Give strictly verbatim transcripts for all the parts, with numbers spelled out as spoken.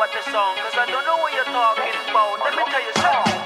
about the song, cause I don't know what you're talking about. Let me tell you something.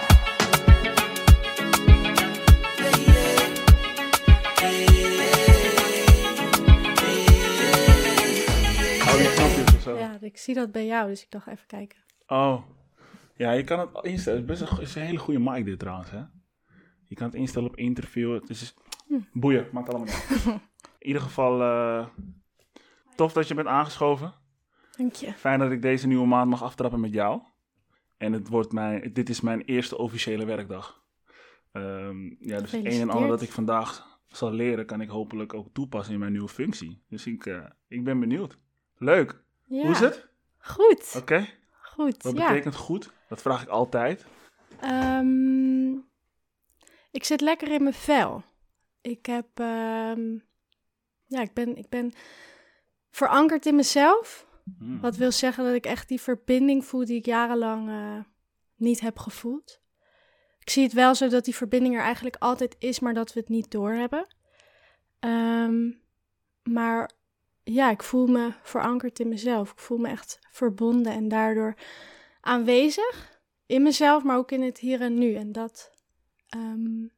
Oh, die knopjes of zo. Ja, ik zie dat bij jou, dus ik dacht even kijken. Oh. Ja, je kan het instellen. Het is best een, het is een hele goede mic dit trouwens, hè. Je kan het instellen op interview. Het is Hm. boeien, maakt allemaal niet uit. In ieder geval, uh, tof dat je bent aangeschoven. Dank je. Fijn dat ik deze nieuwe maand mag aftrappen met jou. En het wordt mijn, dit is mijn eerste officiële werkdag. Um, ja, dus het een en ander dat ik vandaag zal leren, kan ik hopelijk ook toepassen in mijn nieuwe functie. Dus ik, uh, ik ben benieuwd. Leuk. Ja. Hoe is het? Goed. Oké. Okay. Goed, Wat ja. betekent goed? Dat vraag ik altijd. Um, ik zit lekker in mijn vel. Ik heb, um, ja, ik ben, ik ben verankerd in mezelf. Hmm. Wat wil zeggen dat ik echt die verbinding voel die ik jarenlang uh, niet heb gevoeld. Ik zie het wel zo dat die verbinding er eigenlijk altijd is, maar dat we het niet doorhebben. Um, maar ja, ik voel me verankerd in mezelf. Ik voel me echt verbonden en daardoor aanwezig in mezelf, maar ook in het hier en nu. En dat, um,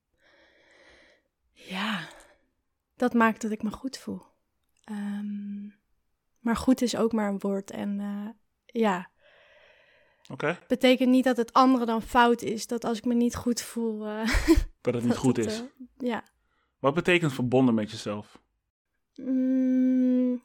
ja, dat maakt dat ik me goed voel. Um, maar goed is ook maar een woord. En uh, ja, okay. betekent niet dat het andere dan fout is. Dat als ik me niet goed voel, Uh, dat het niet dat goed het, is. Uh, ja. Wat betekent verbonden met jezelf? Mm,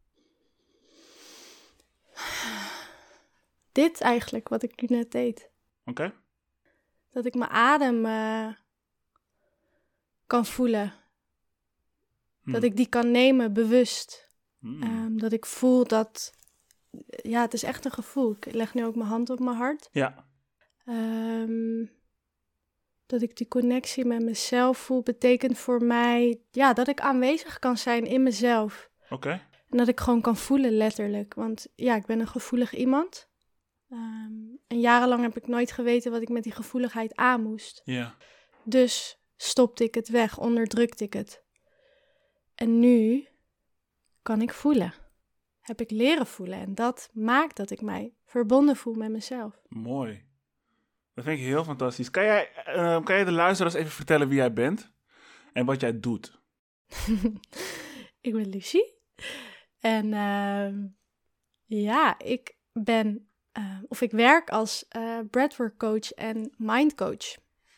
dit eigenlijk, wat ik nu net deed. Oké. Okay. Dat ik mijn adem uh, kan voelen. Hmm. Dat ik die kan nemen, bewust. Hmm. Um, dat ik voel dat... Ja, het is echt een gevoel. Ik leg nu ook mijn hand op mijn hart. Ja. Um, dat ik die connectie met mezelf voel, betekent voor mij... Ja, dat ik aanwezig kan zijn in mezelf. Oké. Okay. En dat ik gewoon kan voelen, letterlijk. Want ja, ik ben een gevoelig iemand. Um, en jarenlang heb ik nooit geweten wat ik met die gevoeligheid aan moest. Ja. Dus stopte ik het weg, onderdrukte ik het. En nu kan ik voelen. Heb ik leren voelen. En dat maakt dat ik mij verbonden voel met mezelf. Mooi. Dat vind ik heel fantastisch. Kan jij, uh, kan jij de luisteraars even vertellen wie jij bent? En wat jij doet? Ik ben Lucie. En uh, ja, ik ben... Uh, of ik werk als uh, breathwork coach en mind coach.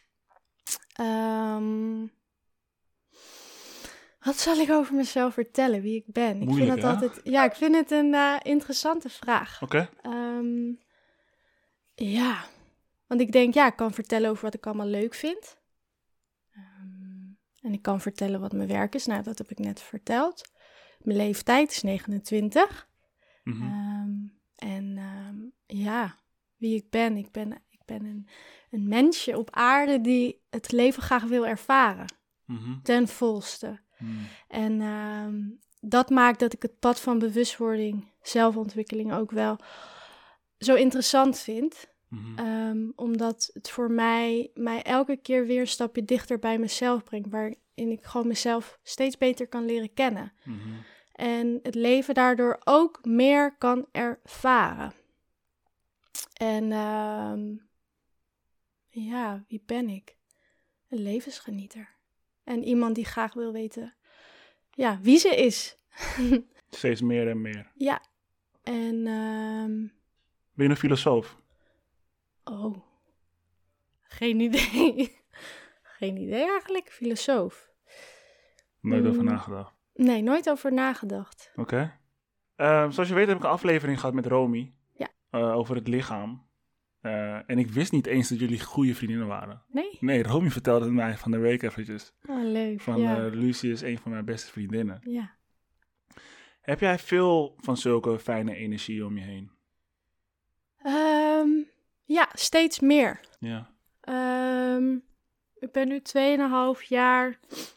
Um, wat zal ik over mezelf vertellen, wie ik ben? Ik Moeilijk, vind het hè? altijd, ja, ik vind het een uh, interessante vraag. Oké. Okay. Um, ja, want ik denk, ja, ik kan vertellen over wat ik allemaal leuk vind. Um, en ik kan vertellen wat mijn werk is. Nou, dat heb ik net verteld. Mijn leeftijd is negenentwintig. Mm-hmm. Um, En um, ja, wie ik ben. Ik ben, ik ben een, een mensje op aarde die het leven graag wil ervaren. Mm-hmm. Ten volste. Mm. En um, dat maakt dat ik het pad van bewustwording, zelfontwikkeling ook wel zo interessant vind. Mm-hmm. Um, omdat het voor mij, mij elke keer weer een stapje dichter bij mezelf brengt. Waarin ik gewoon mezelf steeds beter kan leren kennen. Mm-hmm. En het leven daardoor ook meer kan ervaren. En um, ja, wie ben ik? Een levensgenieter. En iemand die graag wil weten, ja, wie ze is. Steeds meer en meer. Ja. En um, ben je een filosoof? Oh. Geen idee. Geen idee eigenlijk. Filosoof. Nooit over mm. nagedacht. Nee, nooit over nagedacht. Oké. Okay. Uh, zoals je weet heb ik een aflevering gehad met Romy. Ja. Uh, over het lichaam. Uh, en ik wist niet eens dat jullie goede vriendinnen waren. Nee? Nee, Romy vertelde het mij van de week eventjes. Oh, leuk. Van ja. uh, Lucie is een van mijn beste vriendinnen. Ja. Heb jij veel van zulke fijne energie om je heen? Um, ja, steeds meer. Ja. Um, ik ben nu tweeënhalf jaar...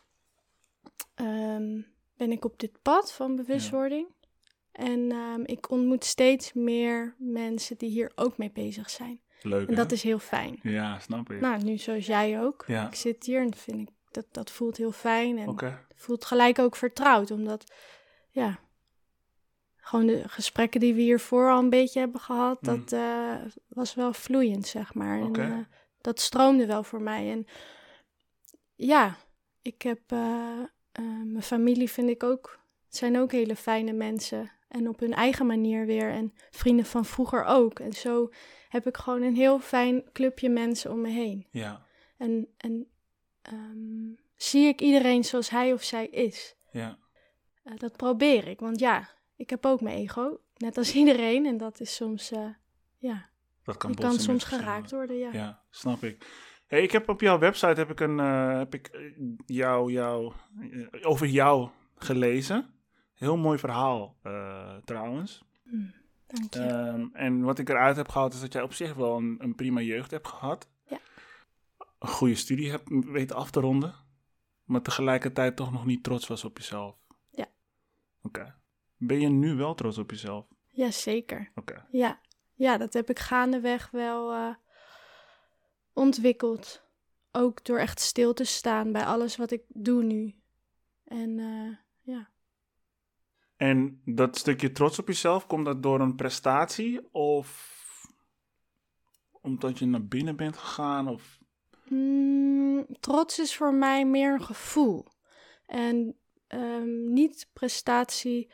Um, ben ik op dit pad van bewustwording. Ja. En um, ik ontmoet steeds meer mensen die hier ook mee bezig zijn. Leuk, en dat hè? is heel fijn. Ja, snap ik. Nou, nu zoals jij ook. Ja. Ik zit hier en vind ik dat, dat voelt heel fijn. En okay. voelt gelijk ook vertrouwd. Omdat, ja, gewoon de gesprekken die we hiervoor al een beetje hebben gehad, Mm. dat uh, was wel vloeiend, zeg maar. Okay. En uh, dat stroomde wel voor mij. En ja, ik heb uh, uh, mijn familie vind ik ook, het zijn ook hele fijne mensen. En op hun eigen manier weer. En vrienden van vroeger ook. En zo heb ik gewoon een heel fijn clubje mensen om me heen. Ja. En, en um, zie ik iedereen zoals hij of zij is. Ja. Uh, dat probeer ik. Want ja, ik heb ook mijn ego. Net als iedereen. En dat is soms, uh, ja... Dat kan, ik kan soms geraakt worden, ja. Ja, snap ik. Hey, ik heb op jouw website heb ik een, uh, heb ik jou, jou, uh, over jou gelezen. Heel mooi verhaal, uh, trouwens. Mm, dank je. Um, en wat ik eruit heb gehaald is dat jij op zich wel een, een prima jeugd hebt gehad. Ja. Een goede studie hebt weten af te ronden. Maar tegelijkertijd toch nog niet trots was op jezelf. Ja. Oké. Okay. Ben je nu wel trots op jezelf? Jazeker. Oké. Okay. Ja. Ja, dat heb ik gaandeweg wel uh, ontwikkeld. Ook door echt stil te staan bij alles wat ik doe nu. En uh, ja. En dat stukje trots op jezelf, komt dat door een prestatie? Of omdat je naar binnen bent gegaan? Of... Mm, trots is voor mij meer een gevoel. En um, niet prestatie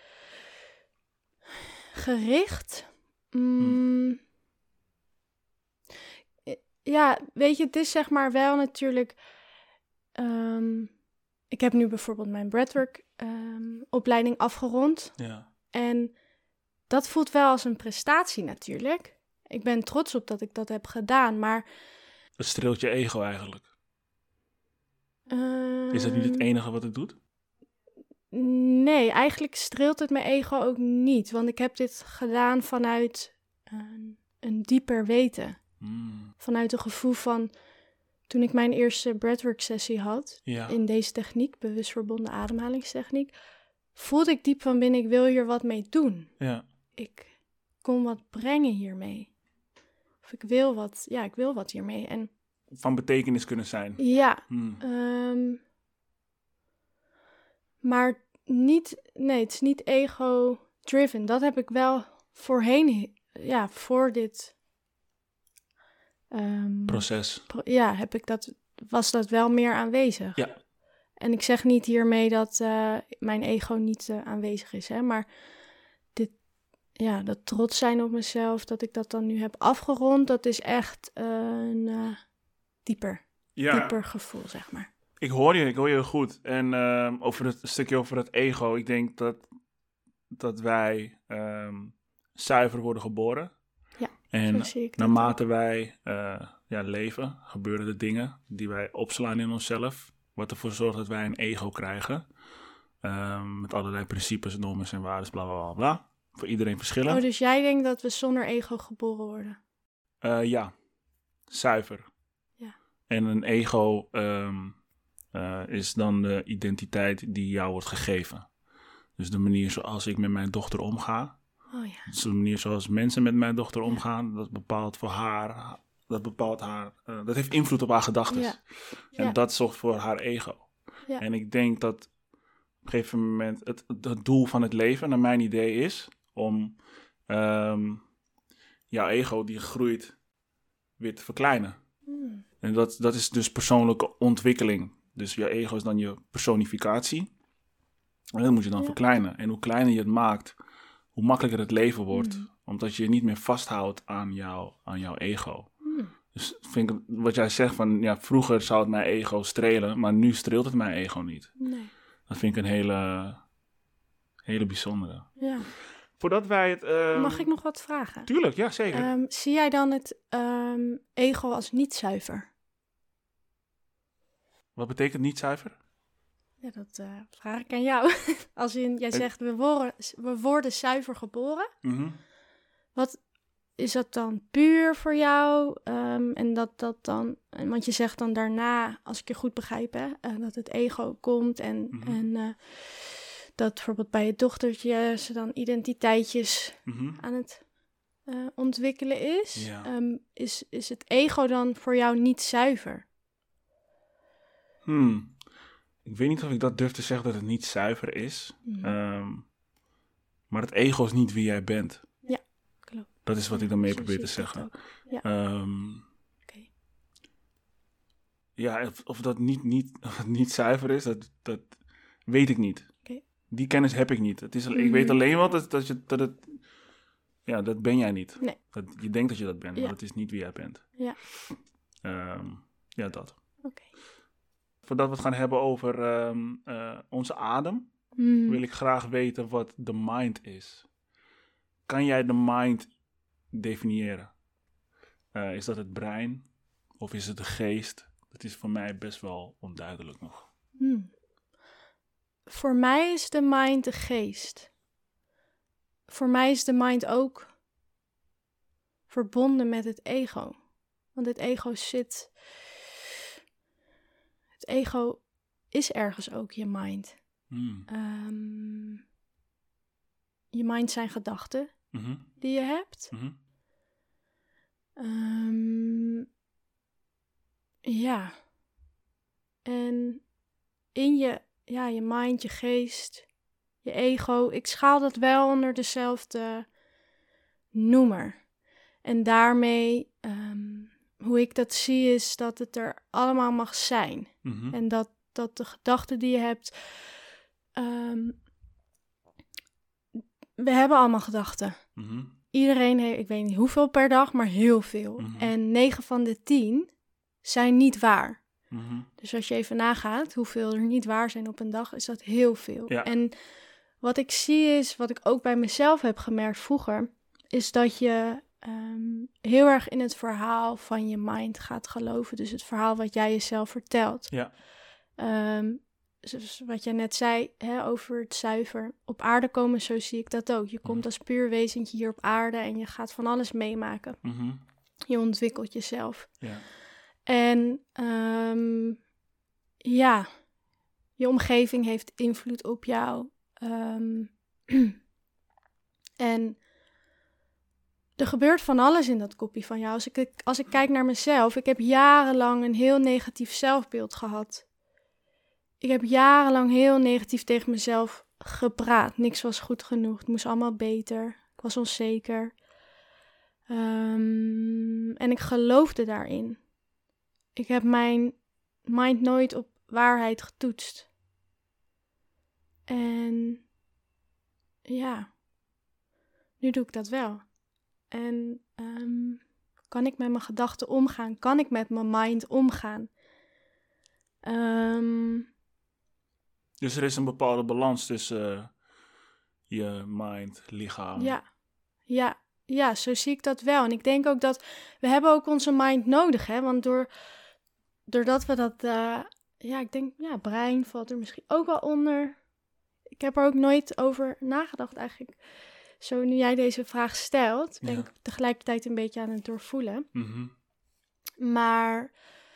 gericht. Mm, ja, weet je, het is zeg maar wel natuurlijk... Um, ik heb nu bijvoorbeeld mijn breathwork um, opleiding afgerond. Ja. En dat voelt wel als een prestatie natuurlijk. Ik ben trots op dat ik dat heb gedaan, maar... Het streelt je ego eigenlijk. Um, is dat niet het enige wat het doet? Nee, eigenlijk streelt het mijn ego ook niet. Want ik heb dit gedaan vanuit een, een dieper weten. Mm. Vanuit een gevoel van... Toen ik mijn eerste breathwork sessie had... Ja. In deze techniek, bewust verbonden ademhalingstechniek... voelde ik diep van binnen, ik wil hier wat mee doen. Ja. Ik kon wat brengen hiermee. Of ik wil wat, ja, ik wil wat hiermee. En, van betekenis kunnen zijn. Ja. Mm. Um, maar niet, nee, het is niet ego-driven. Dat heb ik wel voorheen, ja, voor dit... Um, proces. Pro- ja, heb ik dat, was dat wel meer aanwezig. Ja. En ik zeg niet hiermee dat uh, mijn ego niet uh, aanwezig is, hè, maar dit, ja, dat trots zijn op mezelf, dat ik dat dan nu heb afgerond, dat is echt uh, een uh, dieper, ja. dieper gevoel, zeg maar. Ik hoor je, ik hoor je goed. En uh, over het stukje over het ego, ik denk dat, dat wij um, zuiver worden geboren. Ja, en zo zie ik naarmate wij uh, ja, leven, gebeuren er dingen die wij opslaan in onszelf, wat ervoor zorgt dat wij een ego krijgen. Um, met allerlei principes, normen en waarden, bla bla bla bla. Voor iedereen verschillend. Oh, dus jij denkt dat we zonder ego geboren worden? Uh, ja, zuiver. Ja. En een ego um, uh, is dan de identiteit die jou wordt gegeven. Dus de manier zoals ik met mijn dochter omga. Oh ja. Dus de manier zoals mensen met mijn dochter omgaan, dat bepaalt voor haar, dat bepaalt haar, uh, dat heeft invloed op haar gedachten. Ja. En Ja. dat zorgt voor haar ego. Ja. En ik denk dat op een gegeven moment het, het doel van het leven, naar mijn idee, is om um, jouw ego die groeit weer te verkleinen. Hmm. En dat, dat is dus persoonlijke ontwikkeling. Dus je ego is dan je personificatie. En dat moet je dan Ja. verkleinen. En hoe kleiner je het maakt, hoe makkelijker het leven wordt. Hmm. Omdat je je niet meer vasthoudt aan, jou, aan jouw ego. Hmm. Dus vind ik, wat jij zegt van, ja, vroeger zou het mijn ego strelen, maar nu streelt het mijn ego niet. Nee. Dat vind ik een hele, hele bijzondere. Ja. Voordat wij het... Um... Mag ik nog wat vragen? Tuurlijk, ja, zeker. Um, zie jij dan het um, ego als niet zuiver? Wat betekent niet zuiver? Ja, dat uh, vraag ik aan jou. Als in, jij zegt, we worden, we worden zuiver geboren. Mm-hmm. Wat is dat dan puur voor jou? Um, en dat dat dan... Want je zegt dan daarna, als ik je goed begrijp, hè, uh, dat het ego komt en... Mm-hmm. en uh, dat bijvoorbeeld bij je dochtertje ze dan identiteitjes Mm-hmm. aan het uh, ontwikkelen is. Ja. Um, is. Is het ego dan voor jou niet zuiver? Hmm. Ik weet niet of ik dat durf te zeggen dat het niet zuiver is. Mm. Um, Maar het ego is niet wie jij bent. Ja, klopt. Dat is wat ja, ik daarmee zo probeer te zie ik zeggen. dat ook. Ja. Um, Okay. Ja, of, of dat niet, niet, of het niet zuiver is, dat, dat weet ik niet. Okay. Die kennis heb ik niet. Het is, Mm-hmm. Ik weet alleen wel dat, dat, je, dat het... Ja, dat ben jij niet. Nee. Dat, je denkt dat je dat bent, ja. maar dat is niet wie jij bent. Ja. Um, ja, dat. Oké. Okay. Voordat we het gaan hebben over um, uh, onze adem, mm. wil ik graag weten wat de mind is. Kan jij de mind definiëren? Uh, is dat het brein of is het de geest? Dat is voor mij best wel onduidelijk nog. Hmm. Voor mij is de mind de geest. Voor mij is de mind ook verbonden met het ego. Want het ego zit... Het ego is ergens ook je mind. Hmm. Um, je mind zijn gedachten Mm-hmm. die je hebt. Mm-hmm. Um, ja. En in je, ja, je mind, je geest, je ego. Ik schaal dat wel onder dezelfde noemer. En daarmee, um, hoe ik dat zie, is dat het er allemaal mag zijn. Mm-hmm. En dat, dat de gedachten die je hebt... Um, we hebben allemaal gedachten. Mm-hmm. Iedereen heeft, ik weet niet hoeveel per dag, maar heel veel. Mm-hmm. En negen van de tien zijn niet waar. Mm-hmm. Dus als je even nagaat hoeveel er niet waar zijn op een dag, is dat heel veel. Ja. En wat ik zie is, wat ik ook bij mezelf heb gemerkt vroeger, is dat je um, heel erg in het verhaal van je mind gaat geloven. Dus het verhaal wat jij jezelf vertelt. Ja. Um, dus wat jij net zei, hè, over het zuiver op aarde komen, zo zie ik dat ook. Je komt als puur wezentje hier op aarde en je gaat van alles meemaken. Mm-hmm. Je ontwikkelt jezelf. Ja. En um, ja, je omgeving heeft invloed op jou. Um, en er gebeurt van alles in dat kopje van jou. Als ik, als ik kijk naar mezelf, ik heb jarenlang een heel negatief zelfbeeld gehad. Ik heb jarenlang heel negatief tegen mezelf gepraat. Niks was goed genoeg. Het moest allemaal beter. Ik was onzeker. Um, en ik geloofde daarin. Ik heb mijn mind nooit op waarheid getoetst. En ja, nu doe ik dat wel. En um, kan ik met mijn gedachten omgaan? Kan ik met mijn mind omgaan? Um, Dus er is een bepaalde balans tussen uh, je mind, lichaam. Ja, ja, ja, zo zie ik dat wel. En ik denk ook dat we hebben ook onze mind nodig, hè. Want door, doordat we dat, uh, ja, ik denk, ja, brein valt er misschien ook wel onder. Ik heb er ook nooit over nagedacht eigenlijk. Zo nu jij deze vraag stelt, ben ja. ik tegelijkertijd een beetje aan het doorvoelen. Mm-hmm. Maar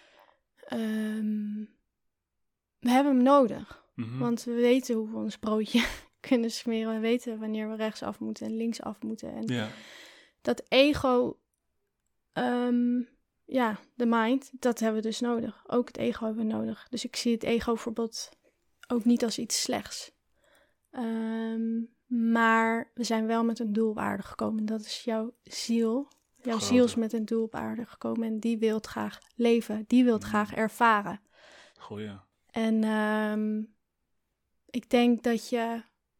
um, we hebben hem nodig. Mm-hmm. Want we weten hoe we ons broodje kunnen smeren. We weten wanneer we rechtsaf moeten en linksaf moeten. En ja. dat ego, um, ja, de mind, dat hebben we dus nodig. Ook het ego hebben we nodig. Dus ik zie het ego bijvoorbeeld ook niet als iets slechts. Um, maar we zijn wel met een doel op aarde gekomen. Dat is jouw ziel. Jouw Grote. ziel is met een doel op aarde gekomen. En die wil graag leven. Die wil mm. graag ervaren. Goeie. En um, ik denk dat je...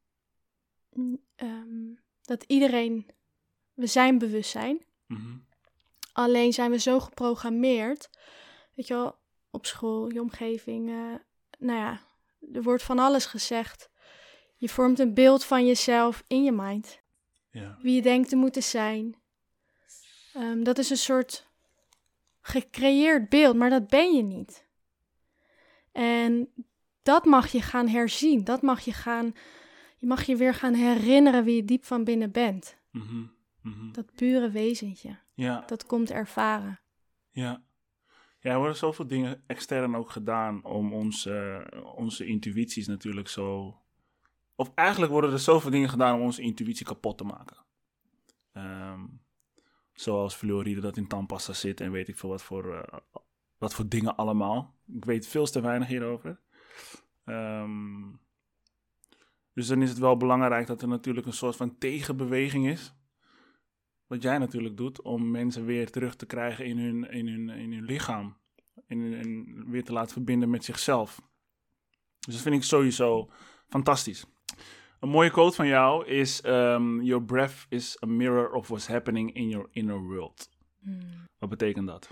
Um, dat iedereen... We zijn bewustzijn. Mm-hmm. Alleen zijn we zo geprogrammeerd. Weet je wel, op school, je omgeving. Uh, nou ja, er wordt van alles gezegd. Je vormt een beeld van jezelf in je mind. Ja. Wie je denkt te moeten zijn. Um, dat is een soort gecreëerd beeld, maar dat ben je niet. En dat mag je gaan herzien. Dat mag je gaan... Je mag je weer gaan herinneren wie je diep van binnen bent. Mm-hmm. Mm-hmm. Dat pure wezentje. Ja. Dat komt ervaren. Ja. Ja, er worden zoveel dingen extern ook gedaan om ons, uh, onze intuïties natuurlijk zo... Of eigenlijk worden er zoveel dingen gedaan om onze intuïtie kapot te maken. Um, zoals fluoride dat in tandpasta zit en weet ik veel wat voor, uh, wat voor dingen allemaal. Ik weet veel te weinig hierover. Um, Dus dan is het wel belangrijk dat er natuurlijk een soort van tegenbeweging is. Wat jij natuurlijk doet, om mensen weer terug te krijgen in hun, in hun, in hun lichaam. En, en weer te laten verbinden met zichzelf. Dus dat vind ik sowieso fantastisch. Een mooie quote van jou is... Um, Your breath is a mirror of what's happening in your inner world. Hmm. Wat betekent dat?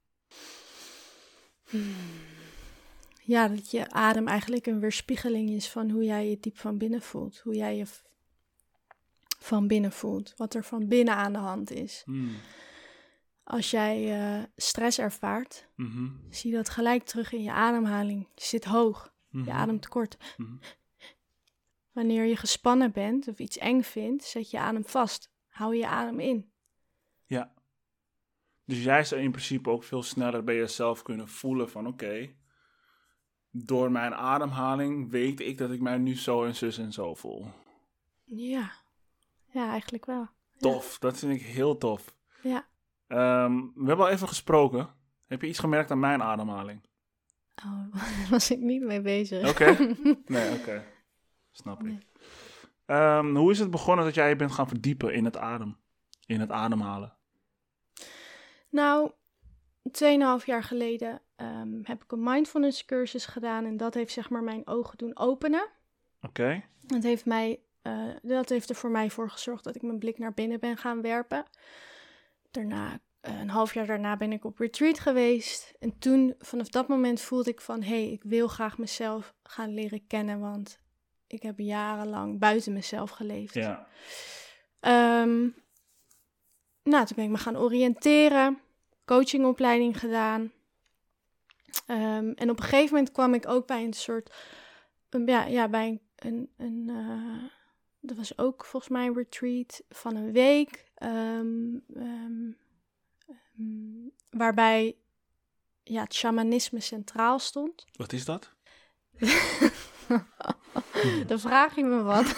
Hmm. Ja, dat je adem eigenlijk een weerspiegeling is van hoe jij je diep van binnen voelt. Hoe jij je v- van binnen voelt. Wat er van binnen aan de hand is. Hmm. Als jij uh, stress ervaart, mm-hmm. zie je dat gelijk terug in je ademhaling. Je zit hoog, mm-hmm. je ademt kort. Mm-hmm. Wanneer je gespannen bent of iets eng vindt, zet je adem vast. Hou je adem in. Ja. Dus jij zou in principe ook veel sneller bij jezelf kunnen voelen van oké, okay, door mijn ademhaling weet ik dat ik mij nu zo en zus en zo voel. Ja, ja eigenlijk wel. Tof, ja. Dat vind ik heel tof. Ja. Um, we hebben al even gesproken. Heb je iets gemerkt aan mijn ademhaling? Oh, daar was ik niet mee bezig. Oké. Okay. Nee, oké. Okay. Snap nee. ik. Um, hoe is het begonnen dat jij je bent gaan verdiepen in het adem? In het ademhalen? Nou, tweeënhalf jaar geleden um, heb ik een mindfulness cursus gedaan. En dat heeft zeg maar mijn ogen doen openen. Oké. Okay. Dat heeft mij, uh, dat heeft er voor mij voor gezorgd dat ik mijn blik naar binnen ben gaan werpen. Daarna, een half jaar daarna ben ik op retreat geweest. En toen, vanaf dat moment voelde ik van... hé, hey, ik wil graag mezelf gaan leren kennen... want ik heb jarenlang buiten mezelf geleefd. Ja. Um, nou, toen ben ik me gaan oriënteren. Coachingopleiding gedaan. Um, en op een gegeven moment kwam ik ook bij een soort... Um, ja, ja, bij een... een, een uh, dat was ook volgens mij een retreat van een week... Um, um, um, waarbij ja, het shamanisme centraal stond. Wat is dat? Dan vraag je me wat.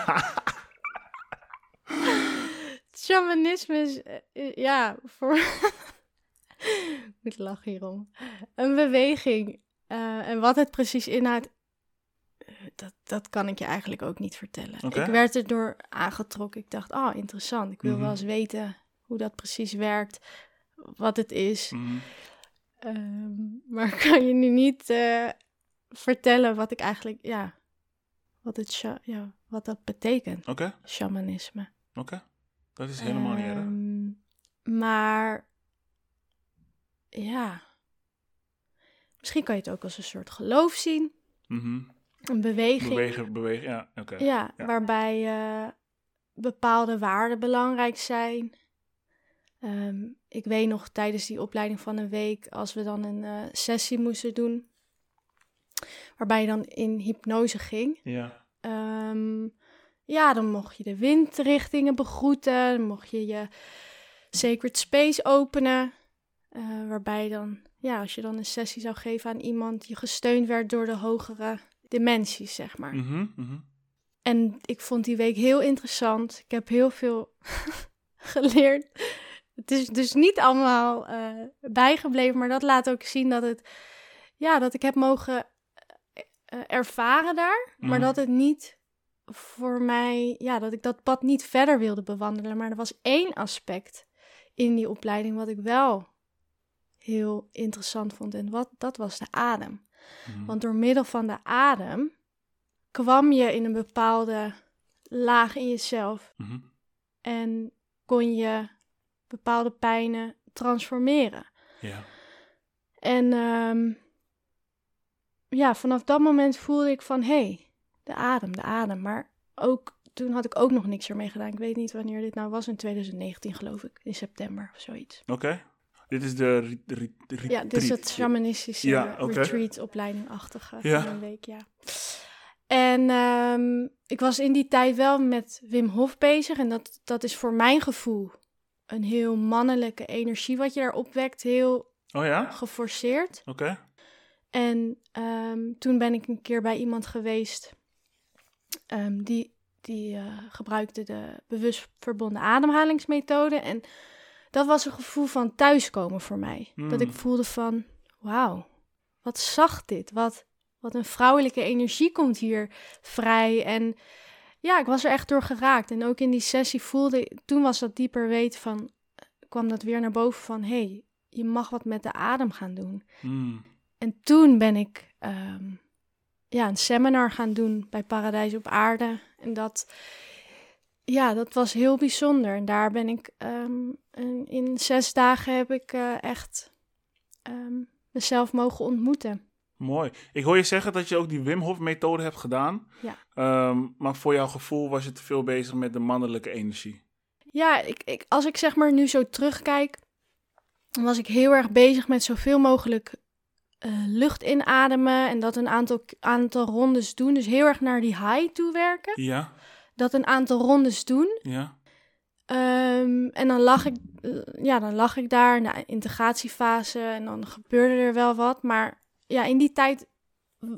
Het shamanisme is, uh, ja, voor... Ik moet lachen hierom. Een beweging. Uh, en wat het precies inhoudt, Dat, dat kan ik je eigenlijk ook niet vertellen. Okay. Ik werd er door aangetrokken. Ik dacht, oh, interessant. Ik wil mm-hmm. wel eens weten hoe dat precies werkt. Wat het is. Mm-hmm. Um, maar ik kan je nu niet uh, vertellen wat ik eigenlijk... Ja, wat, het sha- ja, wat dat betekent. Okay. Shamanisme. Oké. Okay. Dat is helemaal um, niet erg. Maar... Ja. Misschien kan je het ook als een soort geloof zien. Mhm. Een beweging. Bewegen, bewegen, ja. Oké. Okay. Ja, ja, waarbij uh, bepaalde waarden belangrijk zijn. Um, ik weet nog tijdens die opleiding van een week, als we dan een uh, sessie moesten doen, waarbij je dan in hypnose ging. Ja. Um, ja, dan mocht je de windrichtingen begroeten, dan mocht je je sacred space openen, uh, waarbij je dan, ja, als je dan een sessie zou geven aan iemand, je gesteund werd door de hogere dimensies, zeg maar. Mm-hmm, mm-hmm. En ik vond die week heel interessant. Ik heb heel veel geleerd. Het is dus niet allemaal uh, bijgebleven, maar dat laat ook zien dat het, ja, dat ik heb mogen uh, ervaren daar, mm-hmm. maar dat het niet voor mij, ja, dat ik dat pad niet verder wilde bewandelen. Maar er was één aspect in die opleiding wat ik wel heel interessant vond en wat, dat was de adem. Mm-hmm. Want door middel van de adem kwam je in een bepaalde laag in jezelf. Mm-hmm. En kon je bepaalde pijnen transformeren. Ja. En um, ja, vanaf dat moment voelde ik van, hé, hey, de adem, de adem. Maar ook, toen had ik ook nog niks ermee gedaan. Ik weet niet wanneer dit nou was, in twintig negentien geloof ik, in september of zoiets. Oké. Okay. Dit is de re- re- re- Ja, dit is het shamanistische ja, okay. retreat-opleiding-achtige ja. van een week, ja. En um, ik was in die tijd wel met Wim Hof bezig. En dat, dat is voor mijn gevoel een heel mannelijke energie wat je daar opwekt. Heel oh ja? geforceerd. Oké. Okay. En um, toen ben ik een keer bij iemand geweest um, die, die uh, gebruikte de bewust verbonden ademhalingsmethode. En dat was een gevoel van thuiskomen voor mij. Mm. Dat ik voelde van, wauw, wat zacht dit. Wat, wat een vrouwelijke energie komt hier vrij. En ja, ik was er echt door geraakt. En ook in die sessie voelde ik, toen was dat dieper weten van, kwam dat weer naar boven van, hé, hey, je mag wat met de adem gaan doen. Mm. En toen ben ik um, ja, een seminar gaan doen bij Paradijs op Aarde. En dat, ja, dat was heel bijzonder. En daar ben ik, um, in zes dagen heb ik uh, echt um, mezelf mogen ontmoeten. Mooi. Ik hoor je zeggen dat je ook die Wim Hof methode hebt gedaan. Ja. Um, maar voor jouw gevoel was je te veel bezig met de mannelijke energie. Ja, ik, ik, als ik zeg maar nu zo terugkijk, dan was ik heel erg bezig met zoveel mogelijk uh, lucht inademen en dat een aantal, aantal rondes doen. Dus heel erg naar die high toe werken. Ja. Dat een aantal rondes doen. Ja. Um, en dan lag ik, uh, ja, dan lag ik daar in de integratiefase en dan gebeurde er wel wat. Maar ja, in die tijd uh,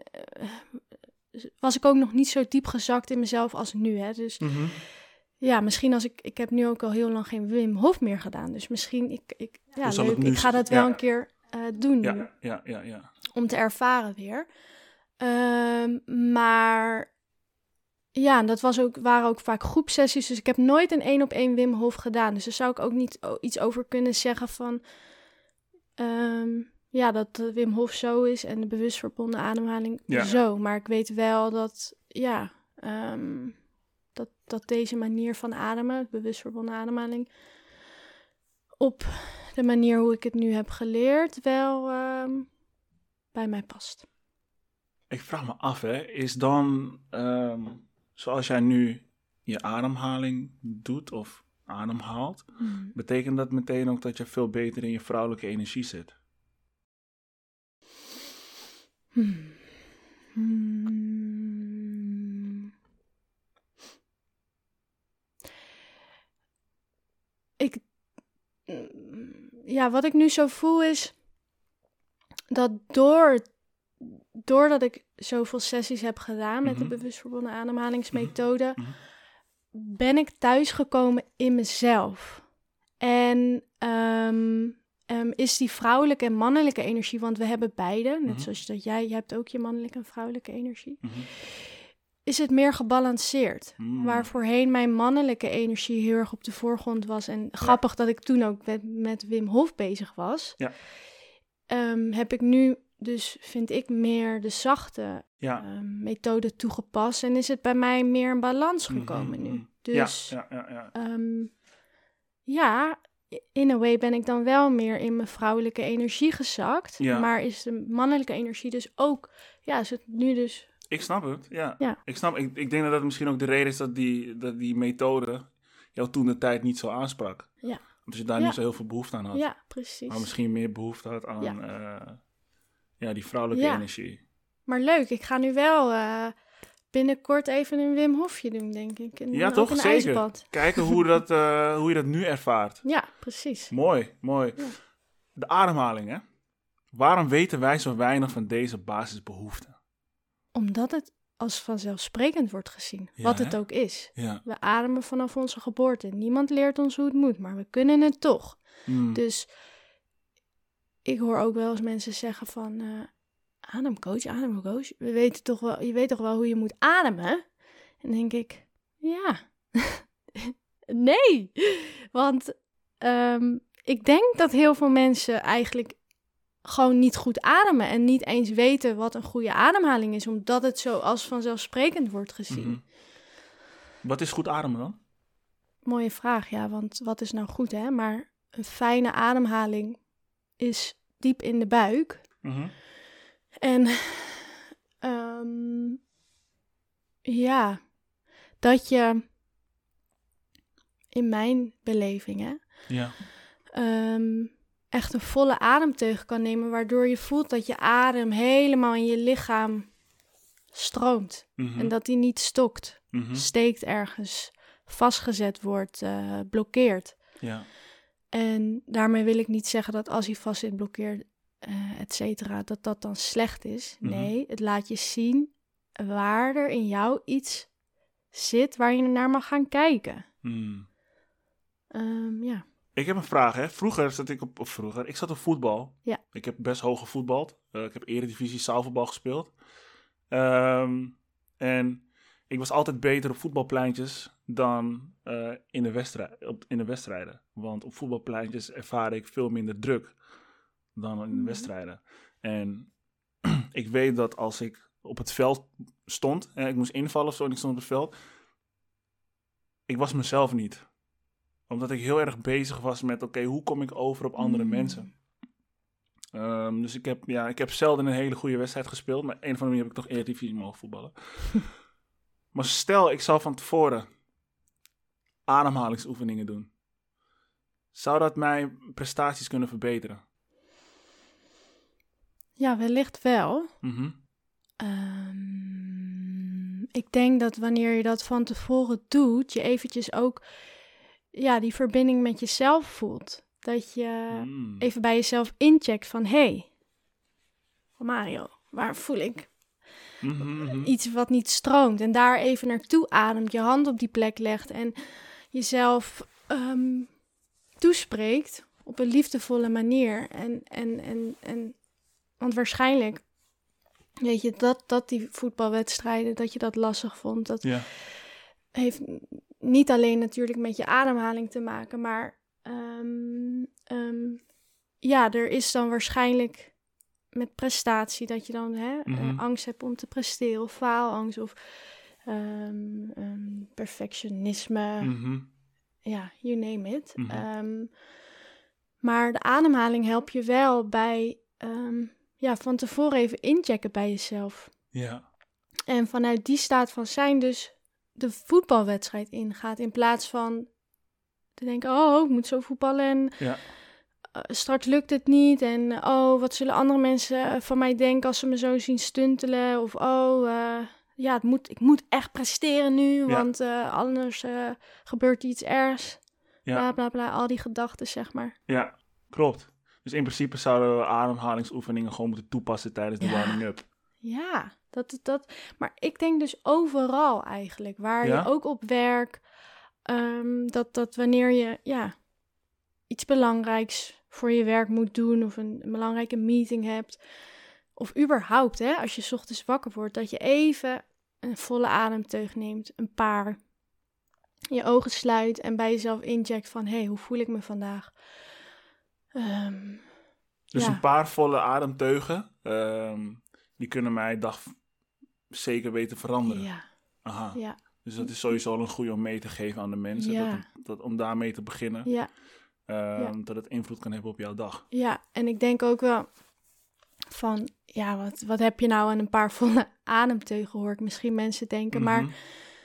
was ik ook nog niet zo diep gezakt in mezelf als nu, hè. Dus Mm-hmm. ja, misschien als ik... Ik heb nu ook al heel lang geen Wim Hof meer gedaan. Dus misschien... Ik, ik, ja, dus leuk. Ik ga dat wel ja. een keer uh, doen ja, nu. Ja, ja, ja. Om te ervaren weer. Um, maar... Ja, dat was ook, waren ook vaak groepsessies. Dus ik heb nooit een één op één Wim Hof gedaan. Dus daar zou ik ook niet iets over kunnen zeggen van... Um, ja, dat de Wim Hof zo is en de bewust verbonden ademhaling ja. zo. Maar ik weet wel dat... Ja... Um, Dat, dat deze manier van ademen, bewust verbonden ademhaling, op de manier hoe ik het nu heb geleerd, wel um, bij mij past. Ik vraag me af, hè, is dan, um, zoals jij nu je ademhaling doet of ademhaalt, hmm. betekent dat meteen ook dat je veel beter in je vrouwelijke energie zit? Hmm. Hmm. Ik, ja, wat ik nu zo voel is dat door, doordat ik zoveel sessies heb gedaan met mm-hmm. de bewust verbonden ademhalingsmethode, mm-hmm. ben ik thuisgekomen in mezelf. En um, um, is die vrouwelijke en mannelijke energie, want we hebben beide, net mm-hmm. zoals dat jij, je hebt ook je mannelijke en vrouwelijke energie. Mm-hmm. Is het meer gebalanceerd. Mm. Waar voorheen mijn mannelijke energie heel erg op de voorgrond was. En ja. grappig dat ik toen ook met, met Wim Hof bezig was. Ja. Um, heb ik nu dus, vind ik, meer de zachte ja. um, methode toegepast. En is het bij mij meer in balans gekomen mm-hmm. nu. Dus ja, ja, ja, ja. Um, ja, in a way ben ik dan wel meer in mijn vrouwelijke energie gezakt. Ja. Maar is de mannelijke energie dus ook... Ja, is het nu dus... Ik snap het, ja. ja. Ik, snap, ik, ik denk dat dat misschien ook de reden is dat die, dat die methode jou toen de tijd niet zo aansprak. Ja. Omdat je daar ja. niet zo heel veel behoefte aan had. Ja, precies. Maar misschien meer behoefte had aan ja. Uh, ja, die vrouwelijke ja. energie. Maar leuk, ik ga nu wel uh, binnenkort even een Wim Hofje doen, denk ik. En ja, toch? Zeker. IJsbad. Kijken hoe, dat, uh, hoe je dat nu ervaart. Ja, precies. Mooi, mooi. Ja. De ademhaling, hè? Waarom weten wij zo weinig van deze basisbehoeften? Omdat het als vanzelfsprekend wordt gezien, ja, wat het hè? ook is. Ja. We ademen vanaf onze geboorte. Niemand leert ons hoe het moet, maar we kunnen het toch. Mm. Dus ik hoor ook wel eens mensen zeggen van... Uh, ademcoach, ademcoach, we weten toch wel, je weet toch wel hoe je moet ademen? En dan denk ik, ja, nee. Want um, ik denk dat heel veel mensen eigenlijk... gewoon niet goed ademen en niet eens weten wat een goede ademhaling is, omdat het zo als vanzelfsprekend wordt gezien. Mm-hmm. Wat is goed ademen dan? Mooie vraag, ja, want wat is nou goed, hè? Maar een fijne ademhaling is diep in de buik. Mm-hmm. En um, ja, dat je in mijn beleving, hè? Ja. Um, echt een volle ademteug kan nemen, waardoor je voelt dat je adem helemaal in je lichaam stroomt. Mm-hmm. En dat die niet stokt, mm-hmm. steekt ergens, vastgezet wordt, uh, blokkeert. Ja. En daarmee wil ik niet zeggen dat als hij vast zit, blokkeert, uh, et cetera, dat dat dan slecht is. Mm-hmm. Nee, het laat je zien waar er in jou iets zit waar je naar mag gaan kijken. Mm. Um, ja. Ik heb een vraag, hè. Vroeger zat ik op, of vroeger, ik zat op voetbal. Ja. Ik heb best hoog gevoetbald. Uh, ik heb eredivisie zaalvoetbal gespeeld. Um, en ik was altijd beter op voetbalpleintjes dan uh, in, de wedstrijd, op, in de wedstrijden. Want op voetbalpleintjes ervaar ik veel minder druk dan in de mm. wedstrijden. En ik weet dat als ik op het veld stond en ik moest invallen of zo en ik stond op het veld, ik was mezelf niet. Omdat ik heel erg bezig was met, oké, okay, hoe kom ik over op andere mm. mensen? Um, dus ik heb, ja, ik heb zelden een hele goede wedstrijd gespeeld, maar een van de manieren heb ik toch Eredivisie mogen voetballen. Maar stel, ik zou van tevoren ademhalingsoefeningen doen. Zou dat mijn prestaties kunnen verbeteren? Ja, wellicht wel. Mm-hmm. Um, ik denk dat wanneer je dat van tevoren doet, je eventjes ook ja, die verbinding met jezelf voelt. Dat je mm. even bij jezelf incheckt van, hé, hey, Mario, waar voel ik mm-hmm. iets wat niet stroomt? En daar even naartoe ademt, je hand op die plek legt en jezelf um, toespreekt op een liefdevolle manier. En, en, en, en, want waarschijnlijk, weet je, dat, dat die voetbalwedstrijden, dat je dat lastig vond, dat ja. heeft niet alleen natuurlijk met je ademhaling te maken, maar um, um, ja, er is dan waarschijnlijk met prestatie dat je dan hè, mm-hmm. uh, angst hebt om te presteren of faalangst of um, um, perfectionisme. Mm-hmm. Ja, you name it. Mm-hmm. Um, maar de ademhaling helpt je wel bij um, ja, van tevoren even inchecken bij jezelf. Ja. En vanuit die staat van zijn dus de voetbalwedstrijd ingaat. In plaats van te denken, oh, ik moet zo voetballen en ja. uh, straks lukt het niet. En oh, wat zullen andere mensen van mij denken als ze me zo zien stuntelen? Of oh, uh, ja, het moet, ik moet echt presteren nu, ja. want uh, anders uh, gebeurt iets ergs. Ja. Bla, bla, bla, al die gedachten, zeg maar. Ja, klopt. Dus in principe zouden we ademhalingsoefeningen gewoon moeten toepassen tijdens de ja. warming-up. Ja, dat, dat, maar ik denk dus overal eigenlijk, waar ja? je ook op werk, um, dat, dat wanneer je ja, iets belangrijks voor je werk moet doen of een, een belangrijke meeting hebt, of überhaupt, hè, als je 's ochtends wakker wordt, dat je even een volle ademteug neemt, een paar, je ogen sluit en bij jezelf incheckt van, hé, hey, hoe voel ik me vandaag? Um, dus ja. een paar volle ademteugen, um, die kunnen mijn dag zeker weten veranderen. Ja. Aha. Ja. Dus dat is sowieso een goede om mee te geven aan de mensen, Ja. dat, dat, om daarmee te beginnen, Ja. Um, Ja. dat het invloed kan hebben op jouw dag. Ja, en ik denk ook wel van, ja, wat, wat heb je nou aan een paar volle ademteugen, hoor ik misschien mensen denken, Mm-hmm. maar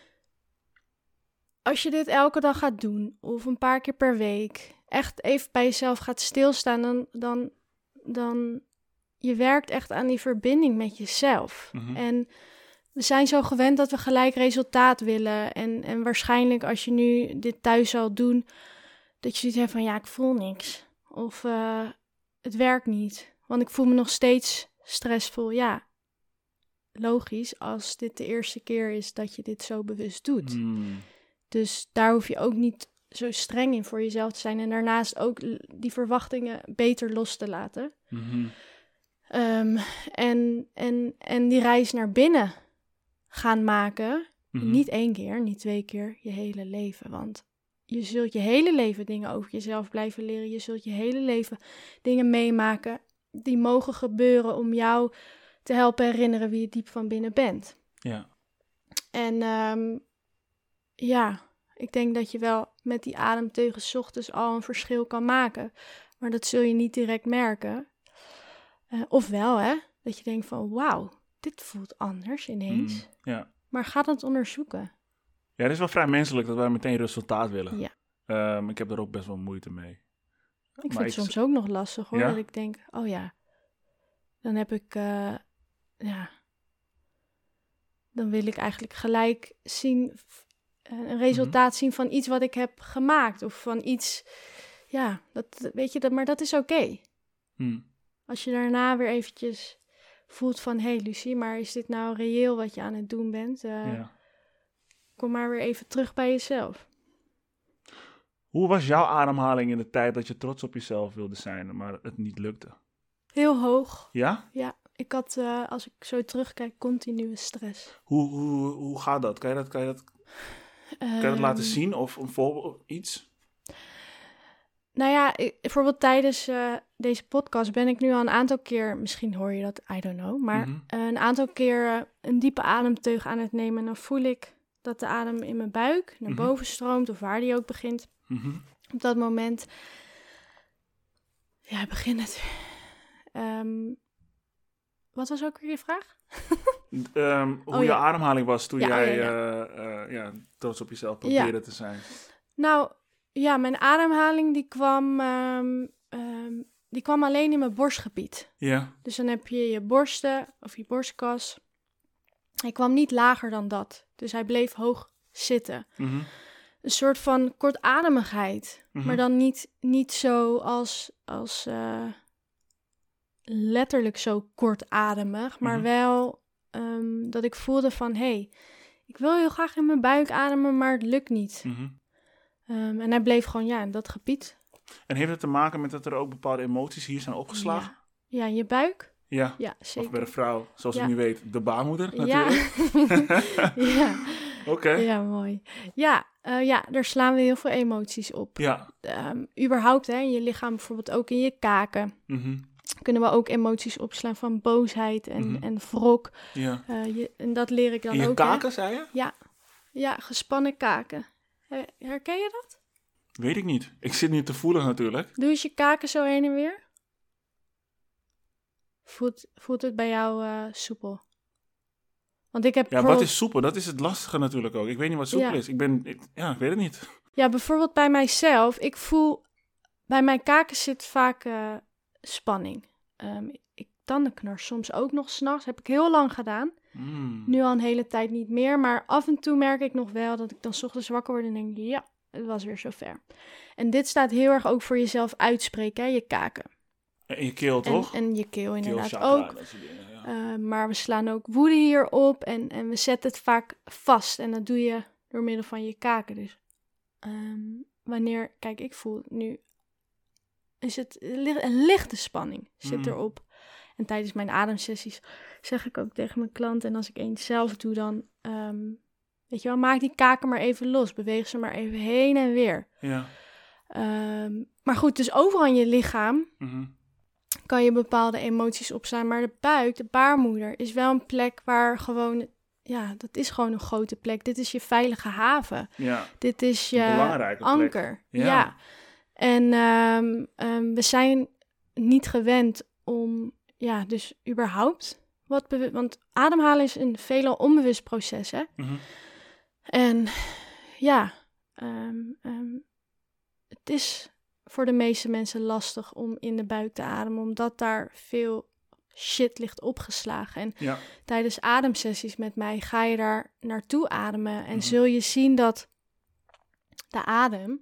als je dit elke dag gaat doen, of een paar keer per week, echt even bij jezelf gaat stilstaan, dan, dan, dan je werkt echt aan die verbinding met jezelf. Mm-hmm. En we zijn zo gewend dat we gelijk resultaat willen. En, en waarschijnlijk als je nu dit thuis zal doen, dat je zoiets hebt van, ja, ik voel niks. Of uh, het werkt niet, want ik voel me nog steeds stressvol. Ja, logisch als dit de eerste keer is dat je dit zo bewust doet. Mm. Dus daar hoef je ook niet zo streng in voor jezelf te zijn. En daarnaast ook die verwachtingen beter los te laten. Mm-hmm. Um, en, en, en die reis naar binnen gaan maken. Mm-hmm. Niet één keer, niet twee keer, je hele leven. Want je zult je hele leven dingen over jezelf blijven leren. Je zult je hele leven dingen meemaken die mogen gebeuren om jou te helpen herinneren wie je diep van binnen bent. Ja. En um, ja, ik denk dat je wel met die ademteugen 's ochtends al een verschil kan maken. Maar dat zul je niet direct merken. Uh, ofwel, hè, dat je denkt van, wauw, dit voelt anders ineens. Mm, ja. Maar ga dat onderzoeken. Ja, het is wel vrij menselijk dat wij meteen resultaat willen. Ja. Um, ik heb daar ook best wel moeite mee. Ik Maar vind het ik... soms ook nog lastig, hoor. Ja? Dat ik denk, oh ja, dan heb ik, uh, ja, dan wil ik eigenlijk gelijk zien, uh, een resultaat mm-hmm. zien van iets wat ik heb gemaakt. Of van iets, ja, dat, weet je, dat, maar dat is oké. Okay. Mm. Als je daarna weer eventjes voelt van, hé hey Lucie, maar is dit nou reëel wat je aan het doen bent? Uh, ja. Kom maar weer even terug bij jezelf. Hoe was jouw ademhaling in de tijd dat je trots op jezelf wilde zijn, maar het niet lukte? Heel hoog. Ja? Ja, Ik had, uh, als ik zo terugkijk, continue stress. Hoe, hoe, hoe gaat dat? Kan je dat, kan je dat, kan je dat um, laten zien of een voorbeeld iets? Nou ja, ik, bijvoorbeeld tijdens uh, deze podcast ben ik nu al een aantal keer, misschien hoor je dat, I don't know, maar mm-hmm. uh, een aantal keer uh, een diepe ademteug aan het nemen. En dan voel ik dat de adem in mijn buik naar mm-hmm. boven stroomt of waar die ook begint. Mm-hmm. Op dat moment, ja, begin het. Um, wat was ook weer je vraag? um, hoe oh, je ja. ademhaling was toen ja, jij oh, ja, ja. Uh, uh, ja, trots op jezelf probeerde ja. te zijn. Nou, ja, mijn ademhaling die kwam, um, um, die kwam alleen in mijn borstgebied. Ja. Dus dan heb je je borsten of je borstkas. Hij kwam niet lager dan dat. Dus hij bleef hoog zitten. Mm-hmm. Een soort van kortademigheid. Mm-hmm. Maar dan niet, niet zo als, als uh, letterlijk zo kortademig. Maar mm-hmm. wel um, dat ik voelde van, hé, hey, ik wil heel graag in mijn buik ademen, maar het lukt niet. Mm-hmm. Um, en hij bleef gewoon, ja, in dat gebied. En heeft het te maken met dat er ook bepaalde emoties hier zijn opgeslagen? Ja, ja in je buik. Ja, ja zeker. Of bij de vrouw, zoals ja. ik nu weet, de baarmoeder natuurlijk. Ja, ja. Oké. Okay. Ja, mooi. Ja, uh, ja, daar slaan we heel veel emoties op. Ja. Um, überhaupt, hè, in je lichaam bijvoorbeeld ook in je kaken. Mm-hmm. Kunnen we ook emoties opslaan van boosheid en, mm-hmm. en wrok. Ja. Uh, je, en dat leer ik dan in je ook. kaken, hè? zei je? Ja. Ja, gespannen kaken. Herken je dat? Weet ik niet. Ik zit nu te voelen natuurlijk. Doe eens je kaken zo heen en weer. Voelt, voelt het bij jou uh, soepel? Want ik heb ja, bijvoorbeeld... wat is soepel? Dat is het lastige natuurlijk ook. Ik weet niet wat soepel ja. is. Ik ben, ik, ja, ik weet het niet. Ja, bijvoorbeeld bij mijzelf. Ik voel, bij mijn kaken zit vaak uh, spanning. Um, ik tandenknars soms ook nog 's nachts. Heb ik heel lang gedaan. Mm. Nu al een hele tijd niet meer. Maar af en toe merk ik nog wel dat ik dan 's ochtends wakker word en denk, ja, het was weer zover. En dit staat heel erg ook voor jezelf uitspreken, hè, je kaken. En je keel, toch? En, en je keel inderdaad Keelchakra, ook. Dat soort dingen, ja. uh, maar we slaan ook woede hierop en, en we zetten het vaak vast. En dat doe je door middel van je kaken. Dus um, wanneer, kijk, ik voel nu, is het een lichte spanning zit mm. erop. En tijdens mijn ademsessies zeg ik ook tegen mijn klanten, en als ik eens zelf doe, dan, um, weet je wel, maak die kaken maar even los. Beweeg ze maar even heen en weer. Ja. Um, maar goed, dus overal in je lichaam mm-hmm. kan je bepaalde emoties opslaan. Maar de buik, de baarmoeder, is wel een plek waar gewoon, ja, dat is gewoon een grote plek. Dit is je veilige haven. Ja. Dit is je anker. Ja. ja. En um, um, we zijn niet gewend om, ja, dus überhaupt wat bewust. Want ademhalen is een veelal onbewust proces, hè? Mm-hmm. En ja, um, um, het is voor de meeste mensen lastig om in de buik te ademen, omdat daar veel shit ligt opgeslagen. En ja. tijdens ademsessies met mij ga je daar naartoe ademen en mm-hmm. zul je zien dat de adem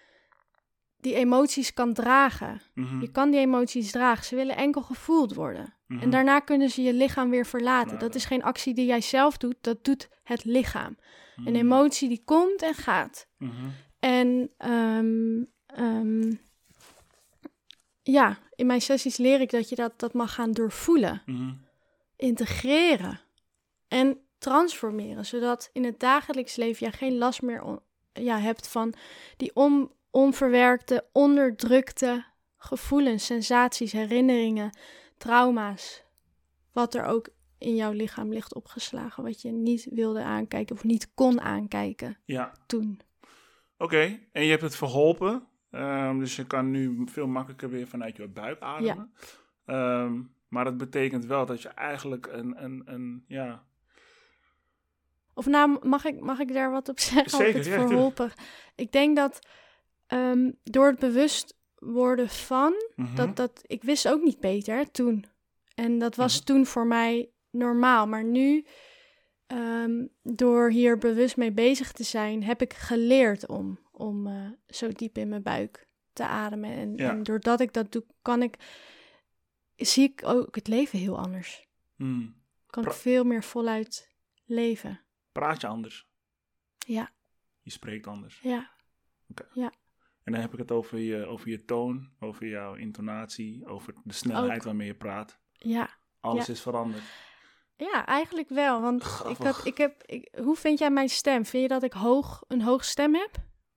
die emoties kan dragen. Mm-hmm. Je kan die emoties dragen. Ze willen enkel gevoeld worden. Mm-hmm. En daarna kunnen ze je lichaam weer verlaten. Nou, dat is geen actie die jij zelf doet, dat doet het lichaam. Mm-hmm. Een emotie die komt en gaat. Mm-hmm. En um, um, ja, in mijn sessies leer ik dat je dat, dat mag gaan doorvoelen. Mm-hmm. Integreren. En transformeren. Zodat in het dagelijks leven jij geen last meer on, ja, hebt van die on, onverwerkte, onderdrukte gevoelens, sensaties, herinneringen, trauma's. Wat er ook in jouw lichaam ligt opgeslagen. Wat je niet wilde aankijken of niet kon aankijken ja. toen. Oké, okay. En je hebt het verholpen. Um, dus je kan nu veel makkelijker weer vanuit je buik ademen. Ja. Um, maar dat betekent wel dat je eigenlijk een, een, een ja... Of nou, mag ik, mag ik daar wat op zeggen? Zeker, op het ja, verholpen? Tuurlijk. Ik denk dat um, door het bewust worden van... Mm-hmm. Dat, dat, ik wist ook niet beter hè, toen. En dat was mm-hmm. toen voor mij normaal. Maar nu, um, door hier bewust mee bezig te zijn... heb ik geleerd om, om uh, zo diep in mijn buik te ademen. En, ja. en doordat ik dat doe, kan ik... zie ik ook het leven heel anders. Mm. Kan pra- ik veel meer voluit leven. Praat je anders? Ja. Je spreekt anders? Ja. Oké. Okay. Ja. En dan heb ik het over je, over je toon, over jouw intonatie, over de snelheid ook. Waarmee je praat. Ja. Alles Ja. is veranderd. Ja, eigenlijk wel. Want ik Grappig. had, ik heb, ik, hoe vind jij mijn stem? Vind je dat ik hoog, een hoog stem heb?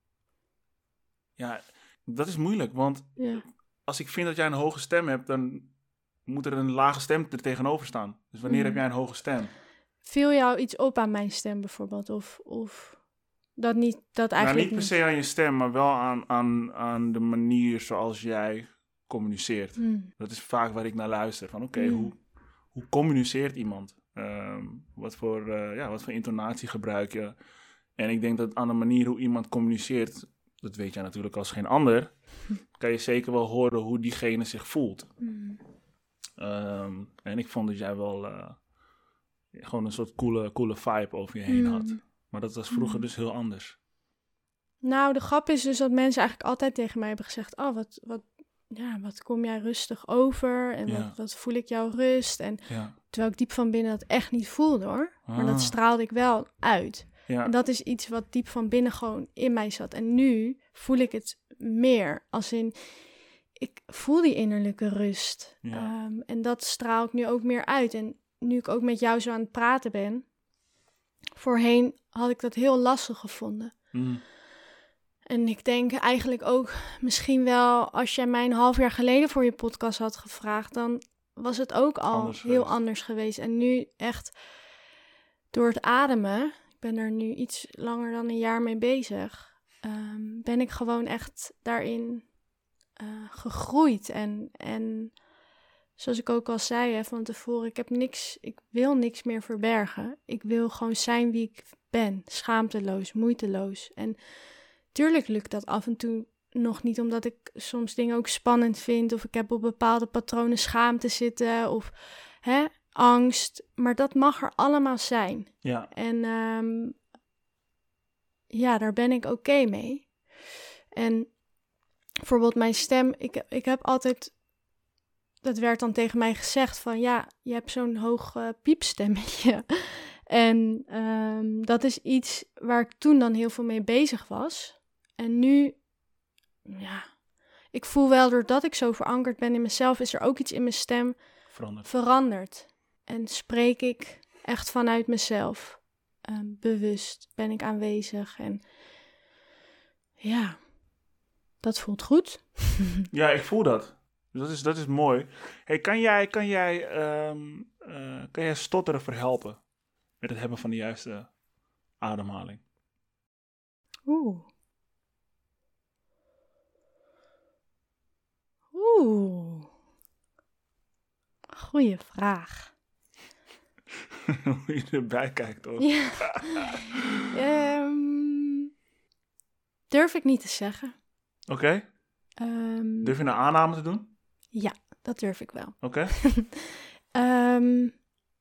Ja, dat is moeilijk. Want Ja. als ik vind dat jij een hoge stem hebt, dan moet er een lage stem er tegenover staan. Dus wanneer Mm. heb jij een hoge stem? Viel jou iets op aan mijn stem bijvoorbeeld? Of, of dat niet, dat Nou, eigenlijk niet per se aan je stem, maar wel aan, aan, aan de manier zoals jij communiceert. Hmm. Dat is vaak waar ik naar luister. Van oké, Mm. hoe, hoe communiceert iemand? Ehm, wat, voor, eh, ja, wat voor intonatie gebruik je? En ik denk dat aan de manier hoe iemand communiceert, dat weet jij natuurlijk als geen ander, kan je zeker wel horen hoe diegene zich voelt. Hmm. Ehm, en ik vond dat jij wel eh, gewoon een soort coole, coole vibe over je heen Mm. had. Maar dat was vroeger Mm. dus heel anders. Nou, de grap is dus dat mensen eigenlijk altijd tegen mij hebben gezegd... oh, wat, wat, ja, wat kom jij rustig over en Ja. wat, wat voel ik jouw rust. En Ja. terwijl ik diep van binnen dat echt niet voelde, hoor. Maar Ah. dat straalde ik wel uit. Ja. En dat is iets wat diep van binnen gewoon in mij zat. En nu voel ik het meer. Als in, ik voel die innerlijke rust. Ja. Ehm, en dat straal ik nu ook meer uit. En nu ik ook met jou zo aan het praten ben... voorheen had ik dat heel lastig gevonden. Mm. En ik denk eigenlijk ook misschien wel... als jij mij een half jaar geleden voor je podcast had gevraagd... dan was het ook al Anders heel geweest. anders geweest. En nu echt door het ademen... ik ben er nu iets langer dan een jaar mee bezig... ehm, ben ik gewoon echt daarin eh, gegroeid. En, en zoals ik ook al zei hè, van tevoren... ik heb niks, ik wil niks meer verbergen. Ik wil gewoon zijn wie ik ben. Schaamteloos, moeiteloos. En tuurlijk lukt dat af en toe nog niet... omdat ik soms dingen ook spannend vind... of ik heb op bepaalde patronen schaamte zitten... of hè, angst. Maar dat mag er allemaal zijn. Ja. En ehm, ja, daar ben ik oké mee. En bijvoorbeeld mijn stem, ik, ik heb altijd, dat werd dan tegen mij gezegd van ja, je hebt zo'n hoog uh, piepstemmetje. En ehm, dat is iets waar ik toen dan heel veel mee bezig was. En nu, ja, ik voel wel doordat ik zo verankerd ben in mezelf, is er ook iets in mijn stem Veranderd. veranderd. En spreek ik echt vanuit mezelf. Um, bewust ben ik aanwezig. En ja, dat voelt goed. Ja, ik voel dat. Dus dat is, dat is mooi. Hey, kan jij, kan jij, ehm, uh, kan jij stotteren verhelpen? Met het hebben van de juiste ademhaling. Oeh. Oeh. Goeie vraag. Hoe je erbij kijkt, hoor. Ja. um, durf ik niet te zeggen. Oké. Okay. Um, durf je een aanname te doen? Ja, dat durf ik wel. Oké. Okay. um,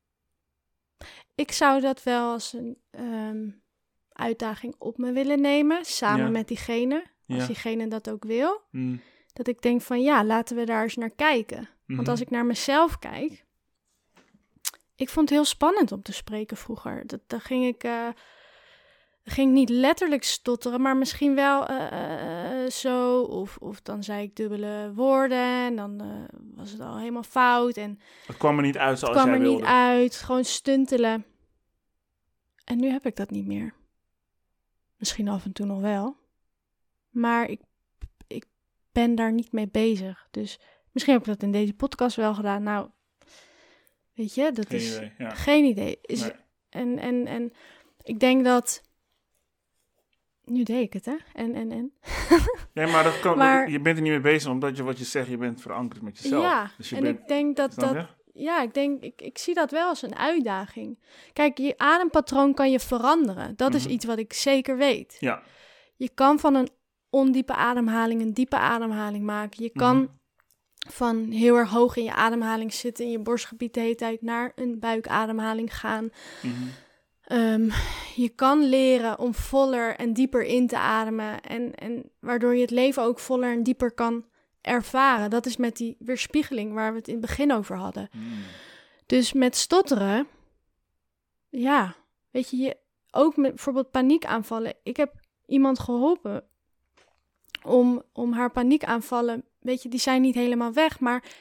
ik zou dat wel als een um, uitdaging op me willen nemen. Samen ja. met diegene. Als ja. diegene dat ook wil. Mm. Dat ik denk van ja, laten we daar eens naar kijken. Mm-hmm. Want als ik naar mezelf kijk... Ik vond het heel spannend om te spreken vroeger. Dat, dan ging ik, uh, ging niet letterlijk stotteren, maar misschien wel uh, uh, zo. Of, of dan zei ik dubbele woorden en dan uh, was het al helemaal fout. En het kwam er niet uit zoals jij wilde. Het kwam er niet uit, gewoon stuntelen. En nu heb ik dat niet meer. Misschien af en toe nog wel. Maar ik, ik ben daar niet mee bezig. Dus misschien heb ik dat in deze podcast wel gedaan. Nou... Weet je, dat geen is idee, ja. geen idee. Is, nee. en, en, en ik denk dat... Nu deed ik het, hè? En, en, en. Ja, maar, dat kan, maar je bent er niet mee bezig, omdat je wat je zegt, je bent verankerd met jezelf. Ja, dus je en bent, ik denk dat dat... Je? Ja, ik denk, ik, ik zie dat wel als een uitdaging. Kijk, je adempatroon kan je veranderen. Dat mm-hmm. is iets wat ik zeker weet. Ja. Je kan van een ondiepe ademhaling een diepe ademhaling maken. Je kan... Mm-hmm. van heel erg hoog in je ademhaling zitten... in je borstgebied de hele tijd naar een buikademhaling gaan. Mm-hmm. Um, je kan leren om voller en dieper in te ademen... En, en waardoor je het leven ook voller en dieper kan ervaren. Dat is met die weerspiegeling waar we het in het begin over hadden. Mm. Dus met stotteren... ja, weet je, je ook met bijvoorbeeld paniekaanvallen... Ik heb iemand geholpen om, om haar paniekaanvallen... Weet je, die zijn niet helemaal weg, maar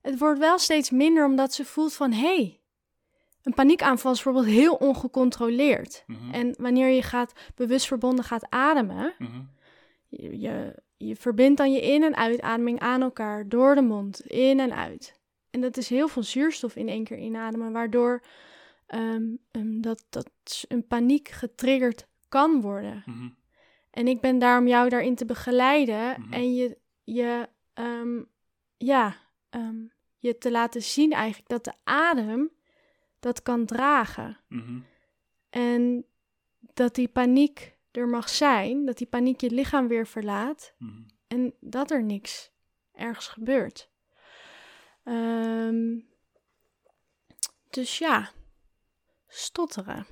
het wordt wel steeds minder omdat ze voelt van... hé, hey, een paniekaanval is bijvoorbeeld heel ongecontroleerd. Mm-hmm. En wanneer je gaat bewust verbonden gaat ademen... Mm-hmm. je, je, je verbindt dan je in- en uitademing aan elkaar door de mond, in en uit. En dat is heel veel zuurstof in één keer inademen... waardoor um, um, dat, dat een paniek getriggerd kan worden... Mm-hmm. En ik ben daar om jou daarin te begeleiden mm-hmm. en je, je, um, ja, um, je te laten zien eigenlijk dat de adem dat kan dragen. Mm-hmm. En dat die paniek er mag zijn, dat die paniek je lichaam weer verlaat mm-hmm. en dat er niks ergens gebeurt. Um, dus ja, stotteren.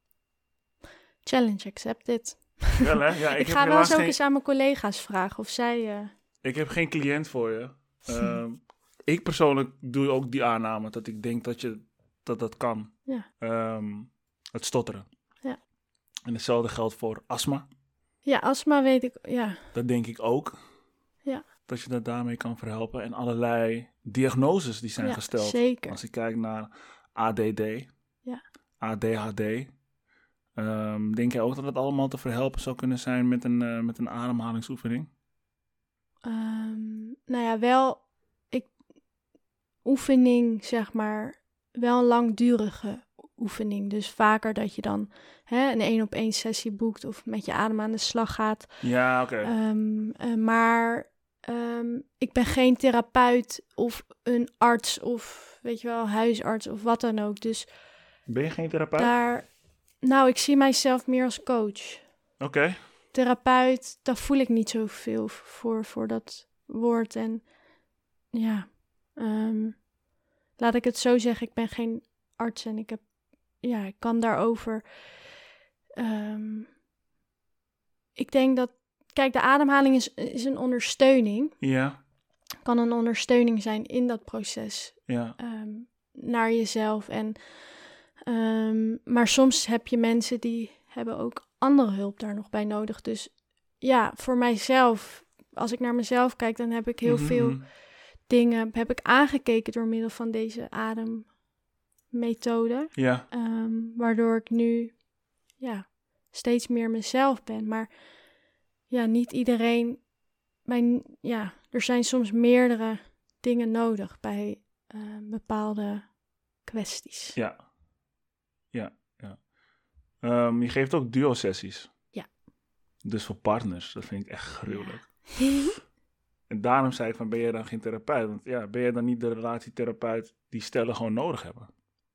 Challenge accepted. Wel, hè? Ja, ik ik heb ga wel eens ook geen... eens aan mijn collega's vragen of zij... Uh... Ik heb geen cliënt voor je. Uh, ik persoonlijk doe ook die aanname dat ik denk dat je, dat, dat kan. Ja. Um, het stotteren. Ja. En hetzelfde geldt voor astma. Ja, astma weet ik, ja. Dat denk ik ook. Ja. Dat je dat daarmee kan verhelpen. En allerlei diagnoses die zijn ja, gesteld. Zeker. Als ik kijk naar A D D, ja. A D H D... Um, denk jij ook dat het allemaal te verhelpen zou kunnen zijn met een, uh, met een ademhalingsoefening? Um, nou ja, wel ik, oefening, zeg maar, wel een langdurige oefening. Dus vaker dat je dan hè, een één op één sessie boekt of met je adem aan de slag gaat. Ja, oké. Okay. Um, uh, maar um, ik ben geen therapeut of een arts of, weet je wel, huisarts of wat dan ook. Dus ben je geen therapeut? Daar... Nou, ik zie mijzelf meer als coach. Oké. Okay. Therapeut, daar voel ik niet zoveel voor, voor dat woord. En ja, um, laat ik het zo zeggen, ik ben geen arts en ik heb, ja, ik kan daarover. Um, ik denk dat, kijk, de ademhaling is, is een ondersteuning. Ja. Kan een ondersteuning zijn in dat proces. Ja. Um, naar jezelf en... Um, maar soms heb je mensen die hebben ook andere hulp daar nog bij nodig. Dus ja, voor mijzelf, als ik naar mezelf kijk, dan heb ik heel mm-hmm. veel dingen heb ik aangekeken door middel van deze ademmethode. Ja. Um, waardoor ik nu ja, steeds meer mezelf ben. Maar ja, niet iedereen, bij, ja, er zijn soms meerdere dingen nodig bij uh, bepaalde kwesties. Ja. Ja, ja. Um, je geeft ook duo-sessies. Ja. Dus voor partners, dat vind ik echt gruwelijk. Ja. En daarom zei ik van, ben je dan geen therapeut? Want ja, ben je dan niet de relatietherapeut die stellen gewoon nodig hebben?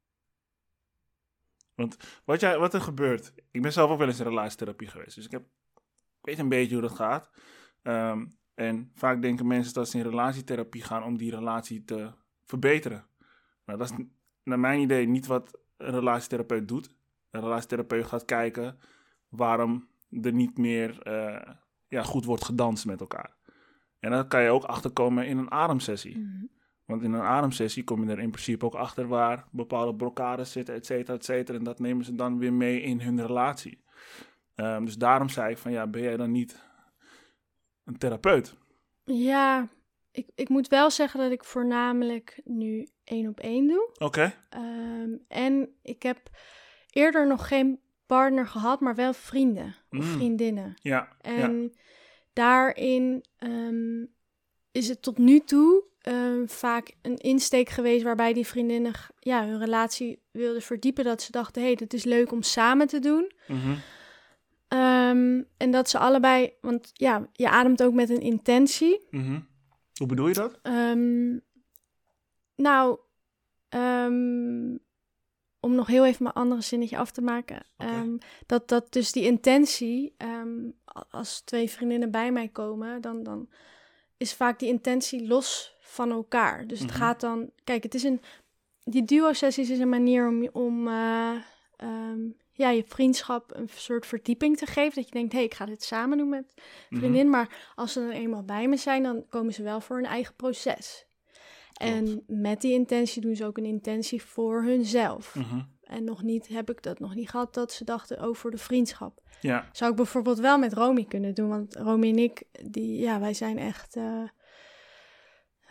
Want wat, jij, wat er gebeurt... Ik ben zelf ook wel eens in relatietherapie geweest. Dus ik, heb, ik weet een beetje hoe dat gaat. Um, en vaak denken mensen dat ze in relatietherapie gaan om die relatie te verbeteren. Maar dat is naar mijn idee niet wat een relatietherapeut doet. Een relatietherapeut gaat kijken waarom er niet meer uh, ja, goed wordt gedanst met elkaar. En dan kan je ook achterkomen in een ademsessie. Mm-hmm. Want in een ademsessie kom je er in principe ook achter waar bepaalde blokkades zitten, et cetera, et cetera. En dat nemen ze dan weer mee in hun relatie. Um, dus daarom zei ik van, ja, ben jij dan niet een therapeut? Ja, ik, ik moet wel zeggen dat ik voornamelijk nu één op één doe. Oké. Okay. Um, en ik heb eerder nog geen partner gehad, maar wel vrienden mm. of vriendinnen. Ja. En ja. daarin um, is het tot nu toe um, vaak een insteek geweest waarbij die vriendinnen ja, hun relatie wilden verdiepen. Dat ze dachten, hé, hey, dit is leuk om samen te doen. Mm-hmm. Um, en dat ze allebei, want ja, je ademt ook met een intentie. Mm-hmm. Hoe bedoel je dat? Um, nou, um, om nog heel even mijn andere zinnetje af te maken. Okay. Um, dat, dat dus die intentie, um, als twee vriendinnen bij mij komen, dan, dan is vaak die intentie los van elkaar. Dus mm-hmm. het gaat dan, kijk, het is een, die duo-sessies is een manier om, om uh, um, ja, je vriendschap een soort verdieping te geven. Dat je denkt, hé, hey, ik ga dit samen doen met vriendin. Mm-hmm. Maar als ze dan eenmaal bij me zijn, dan komen ze wel voor hun eigen proces. En Klopt. Met die intentie doen ze ook een intentie voor hunzelf. Mm-hmm. En nog niet, heb ik dat nog niet gehad, dat ze dachten over de vriendschap. Ja. Zou ik bijvoorbeeld wel met Romy kunnen doen. Want Romy en ik, die, ja, wij zijn echt... Uh,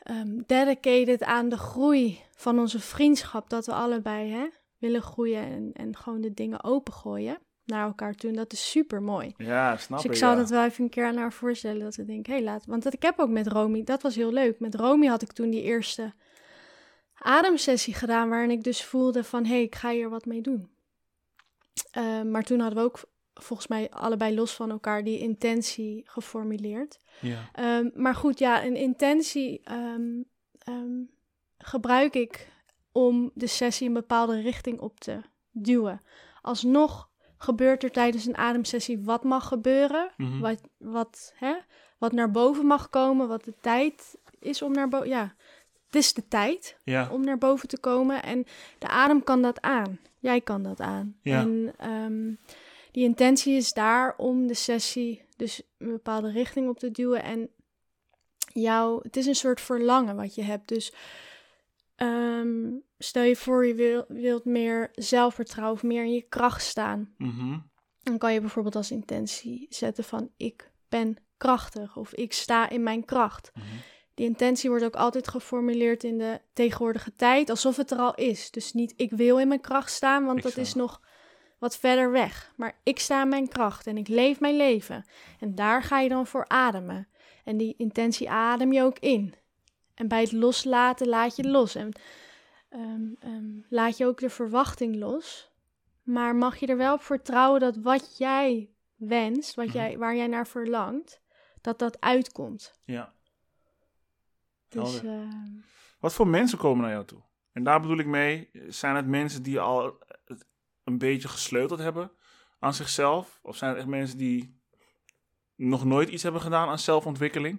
um, dedicated aan de groei van onze vriendschap. Dat we allebei hè, willen groeien en, en gewoon de dingen opengooien naar elkaar toe. En dat is super mooi. Ja, snap ik. Dus ik zou ja. dat wel even een keer aan haar voorstellen. Dat we denken, hé, hey, laat. Want dat, ik heb ook met Romy, dat was heel leuk. Met Romy had ik toen die eerste ademsessie gedaan, waarin ik dus voelde van, hé, hey, ik ga hier wat mee doen. Uh, maar toen hadden we ook volgens mij allebei los van elkaar die intentie geformuleerd. Ja. Um, maar goed, ja, een intentie um, um, gebruik ik om de sessie een bepaalde richting op te duwen. Alsnog gebeurt er tijdens een ademsessie wat mag gebeuren, Mm-hmm. wat, wat, hè, wat naar boven mag komen, wat de tijd is om naar boven... Ja, het is de tijd Ja. om naar boven te komen en de adem kan dat aan. Jij kan dat aan. Ja. En um, die intentie is daar om de sessie dus een bepaalde richting op te duwen. En jou, het is een soort verlangen wat je hebt. Dus um, stel je voor je wil, wilt meer zelfvertrouwen of meer in je kracht staan. Mm-hmm. Dan kan je bijvoorbeeld als intentie zetten van ik ben krachtig of ik sta in mijn kracht. Mm-hmm. Die intentie wordt ook altijd geformuleerd in de tegenwoordige tijd, alsof het er al is. Dus niet ik wil in mijn kracht staan, want Ik dat sta. is nog wat verder weg. Maar ik sta in mijn kracht en ik leef mijn leven. En daar ga je dan voor ademen. En die intentie adem je ook in. En bij het loslaten laat je los. En um, um, laat je ook de verwachting los. Maar mag je er wel op vertrouwen dat wat jij wenst, wat jij, waar jij naar verlangt, dat dat uitkomt. Ja. Dus, uh... Wat voor mensen komen naar jou toe? En daar bedoel ik mee, zijn het mensen die al een beetje gesleuteld hebben aan zichzelf? Of zijn het echt mensen die nog nooit iets hebben gedaan aan zelfontwikkeling?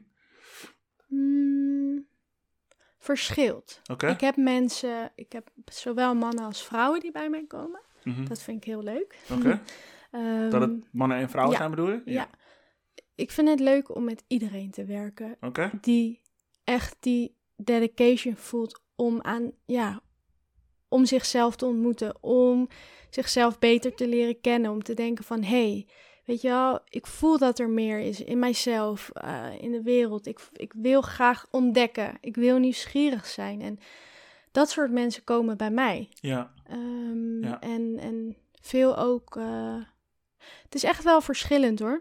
Mm, verschilt. Okay. Ik heb mensen, ik heb zowel mannen als vrouwen die bij mij komen. Mm-hmm. Dat vind ik heel leuk. Okay. um, Dat het mannen en vrouwen ja, zijn, bedoel je? Ja. ja. Ik vind het leuk om met iedereen te werken. Okay. Die echt die dedication voelt om aan, ja, om zichzelf te ontmoeten, om zichzelf beter te leren kennen, om te denken van, hé, hey, weet je wel, ik voel dat er meer is in mijzelf, uh, in de wereld. Ik, ik wil graag ontdekken, ik wil nieuwsgierig zijn. En dat soort mensen komen bij mij. Ja. Um, ja. En, en veel ook, uh, het is echt wel verschillend hoor.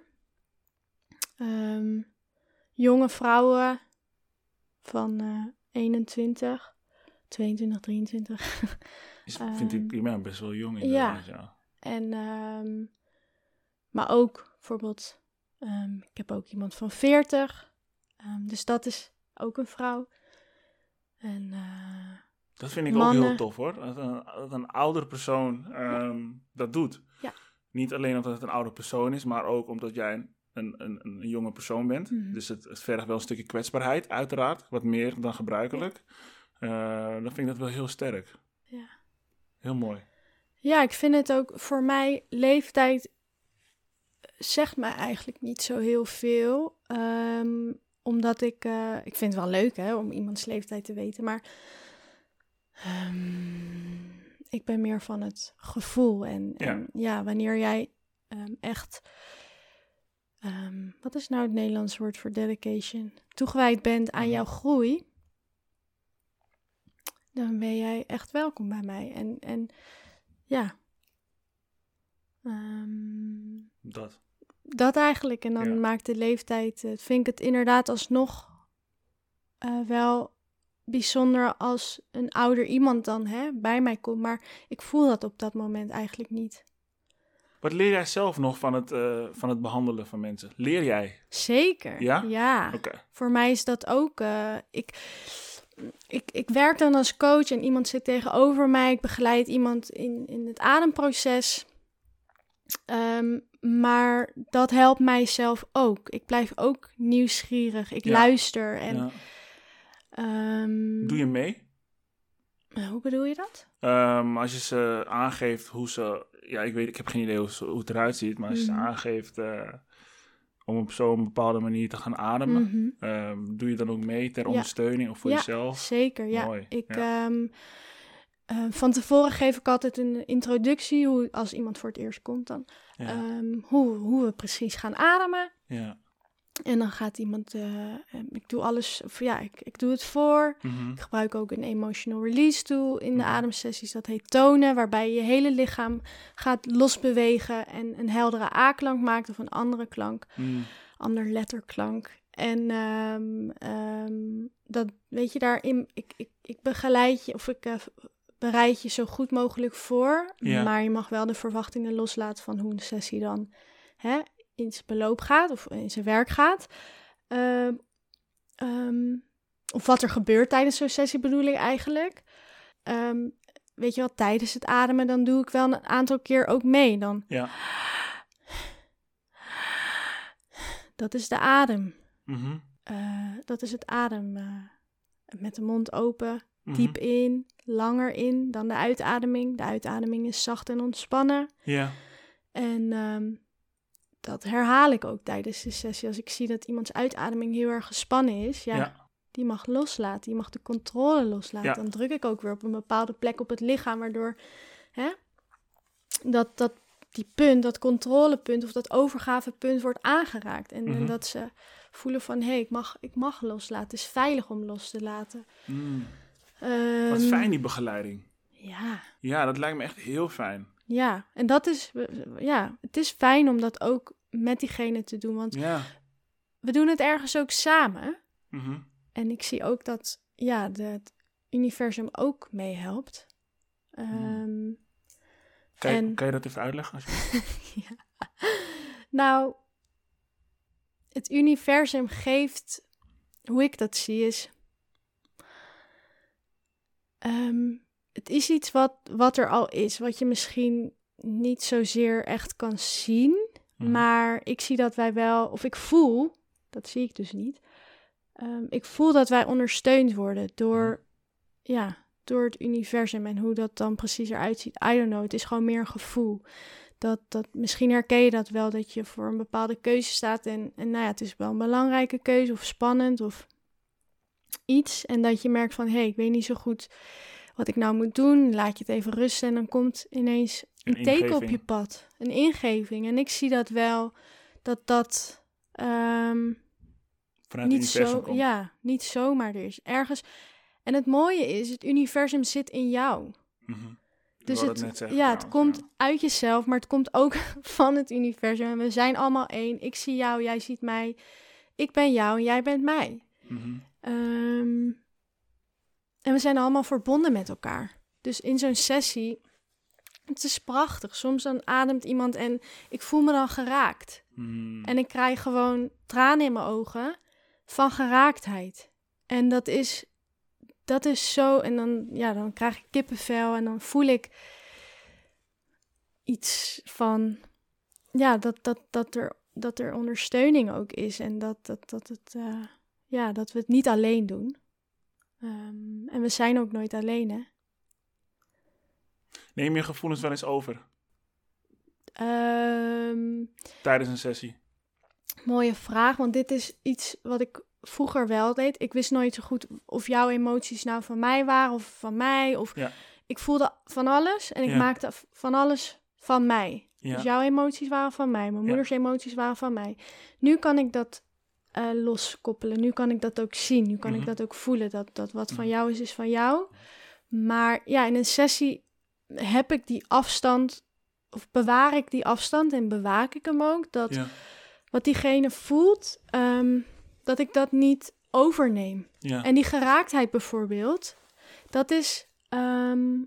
Um, jonge vrouwen van uh, eenentwintig, tweeëntwintig, drieëntwintig. Is, vind ik ja, best wel jong inderdaad. Ja. ja. En, um, maar ook bijvoorbeeld, um, ik heb ook iemand van veertig. Um, dus dat is ook een vrouw. En, uh, dat vind ik mannen. ook heel tof hoor. Dat een, dat een oudere persoon um, ja. dat doet. Ja. Niet alleen omdat het een oude persoon is, maar ook omdat jij een, een, een, een jonge persoon bent. Mm-hmm. Dus het, het vergt wel een stukje kwetsbaarheid, uiteraard. Wat meer dan gebruikelijk. Ja. Uh, dan vind ik dat wel heel sterk. Ja. Heel mooi. Ja, ik vind het ook voor mij, leeftijd zegt mij eigenlijk niet zo heel veel. Um, omdat ik, uh, ik vind het wel leuk hè, om iemands leeftijd te weten, maar um, ik ben meer van het gevoel. En, en ja. ja, wanneer jij um, echt, um, wat is nou het Nederlands woord voor dedication? Toegewijd bent aan jouw groei, dan ben jij echt welkom bij mij. En, en ja. Um, dat. Dat eigenlijk. En dan ja. maakt de leeftijd, uh, vind ik het inderdaad alsnog uh, wel bijzonder als een ouder iemand dan hè, bij mij komt. Maar ik voel dat op dat moment eigenlijk niet. Wat leer jij zelf nog van het, uh, van het behandelen van mensen? Leer jij? Zeker. Ja? Ja. Okay. Voor mij is dat ook... Uh, ik, ik, ik werk dan als coach en iemand zit tegenover mij. Ik begeleid iemand in, in het ademproces. Um, maar dat helpt mijzelf ook. Ik blijf ook nieuwsgierig. Ik ja. luister. En, ja. um, Doe je mee? Uh, hoe bedoel je dat? Um, als je ze aangeeft hoe ze... Ja, ik weet, ik heb geen idee hoe, ze, hoe het eruit ziet. Maar als je mm-hmm. ze aangeeft uh, om op zo'n bepaalde manier te gaan ademen. Mm-hmm. Um, doe je dan ook mee ter ja. ondersteuning of voor ja, jezelf? Zeker, ja. Mooi. Ik... Ja. Um, Uh, van tevoren geef ik altijd een introductie, hoe, als iemand voor het eerst komt dan, ja. um, hoe, hoe we precies gaan ademen. Ja. En dan gaat iemand, uh, ik doe alles, of ja, ik, ik doe het voor. Mm-hmm. Ik gebruik ook een emotional release tool in de Mm-hmm. ademsessies. Dat heet tonen, waarbij je je hele lichaam gaat losbewegen en een heldere A-klank maakt of een andere klank, Mm. ander letterklank. En um, um, dat, weet je, daarin, ik, ik, ik begeleid je, of ik uh, bereid je zo goed mogelijk voor. Ja. Maar je mag wel de verwachtingen loslaten van hoe een sessie dan, hè, in zijn beloop gaat of in zijn werk gaat. Uh, um, of wat er gebeurt tijdens zo'n sessie bedoel ik eigenlijk. Um, weet je wel, tijdens het ademen, dan doe ik wel een aantal keer ook mee. Dan. Ja. Dat is de adem. Mm-hmm. Uh, dat is het adem. Uh, met de mond open, Mm-hmm. diep in, langer in dan de uitademing. De uitademing is zacht en ontspannen. Ja. En um, dat herhaal ik ook tijdens de sessie. Als ik zie dat iemands uitademing heel erg gespannen is, ja, ja. die mag loslaten. Die mag de controle loslaten. Ja. Dan druk ik ook weer op een bepaalde plek op het lichaam, waardoor hè, dat, dat die punt, dat controlepunt of dat overgavepunt wordt aangeraakt. En, mm-hmm. en dat ze voelen van, hé, hey, ik, mag, ik mag loslaten. Het is veilig om los te laten. Mm. Um, Wat fijn, die begeleiding. Ja. Ja, dat lijkt me echt heel fijn. Ja, en dat is, ja, het is fijn om dat ook met diegene te doen, want ja. we doen het ergens ook samen. Mm-hmm. En ik zie ook dat, ja, de, het universum ook meehelpt. Um, mm. kan, je, en... kan je dat even uitleggen? ja. Nou, het universum geeft, hoe ik dat zie, is... Um, het is iets wat, wat er al is, wat je misschien niet zozeer echt kan zien. Mm. Maar ik zie dat wij wel, of ik voel, dat zie ik dus niet. Um, ik voel dat wij ondersteund worden door, mm. ja, door het universum. En hoe dat dan precies eruit ziet, I don't know. Het is gewoon meer een gevoel. Dat, dat, misschien herken je dat wel, dat je voor een bepaalde keuze staat. En, en nou ja, het is wel een belangrijke keuze of spannend of iets. En dat je merkt van, hé, hey, ik weet niet zo goed wat ik nou moet doen. Laat je het even rusten en dan komt ineens een, een teken op je pad. Een ingeving. En ik zie dat wel, dat dat um, niet, zo, komt. ja, niet zomaar er is. Ergens. En het mooie is, het universum zit in jou. Mm-hmm. Dus het, het, net zeggen, ja, het komt ja. uit jezelf, maar het komt ook van het universum. En we zijn allemaal één. Ik zie jou, jij ziet mij. Ik ben jou en jij bent mij. Mm-hmm. Um, en we zijn allemaal verbonden met elkaar. Dus in zo'n sessie, het is prachtig. Soms dan ademt iemand en ik voel me dan geraakt. Mm. En ik krijg gewoon tranen in mijn ogen van geraaktheid. En dat is, dat is zo, en dan, ja, dan krijg ik kippenvel en dan voel ik iets van, ja, dat, dat, dat, er, dat er ondersteuning ook is. En dat, dat, dat, het, uh, ja, dat we het niet alleen doen. Um, en we zijn ook nooit alleen, hè? Neem je gevoelens wel eens over? Um, Tijdens een sessie? Mooie vraag, want dit is iets wat ik vroeger wel deed. Ik wist nooit zo goed of jouw emoties nou van mij waren of van mij. Of ja. Ik voelde van alles en ik ja. maakte van alles van mij. Ja. Dus jouw emoties waren van mij, mijn moeders ja. emoties waren van mij. Nu kan ik dat uh, loskoppelen, nu kan ik dat ook zien, nu kan mm-hmm. ik dat ook voelen. Dat, dat wat van jou is, is van jou. Maar ja, in een sessie heb ik die afstand, of bewaar ik die afstand en bewaak ik hem ook. Dat ja. wat diegene voelt, um, dat ik dat niet overneem. Ja. En die geraaktheid bijvoorbeeld, dat is... Um,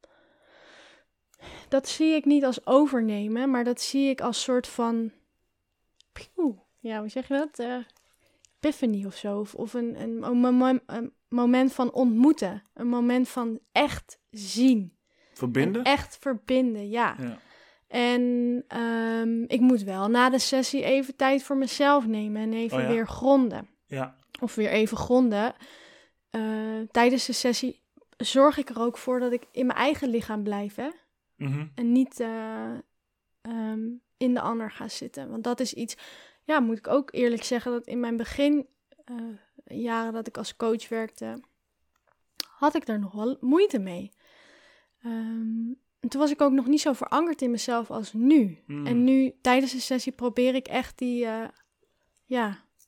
dat zie ik niet als overnemen, maar dat zie ik als soort van... Pioe, ja, hoe zeg je dat? Uh, epiphany of zo. Of, of een, een, een, een moment van ontmoeten. Een moment van echt zien. Verbinden? En echt verbinden, ja. ja. En um, ik moet wel na de sessie even tijd voor mezelf nemen en even oh ja? weer gronden. Ja. Of weer even gronden. Uh, tijdens de sessie zorg ik er ook voor dat ik in mijn eigen lichaam blijf, hè. Mm-hmm. En niet uh, um, in de ander ga zitten. Want dat is iets, ja, moet ik ook eerlijk zeggen, dat in mijn begin uh, jaren dat ik als coach werkte, had ik daar nog wel moeite mee. Um, en toen was ik ook nog niet zo verankerd in mezelf als nu. Mm. En nu, tijdens de sessie, probeer ik echt die, uh, ja,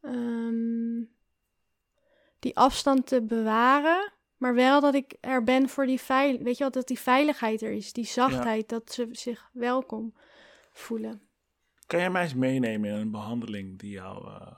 um, die afstand te bewaren, maar wel dat ik er ben voor die veiligheid. Weet je wel, dat die veiligheid er is, die zachtheid, ja. Dat ze zich welkom voelen. Kan jij mij eens meenemen in een behandeling die jou, uh,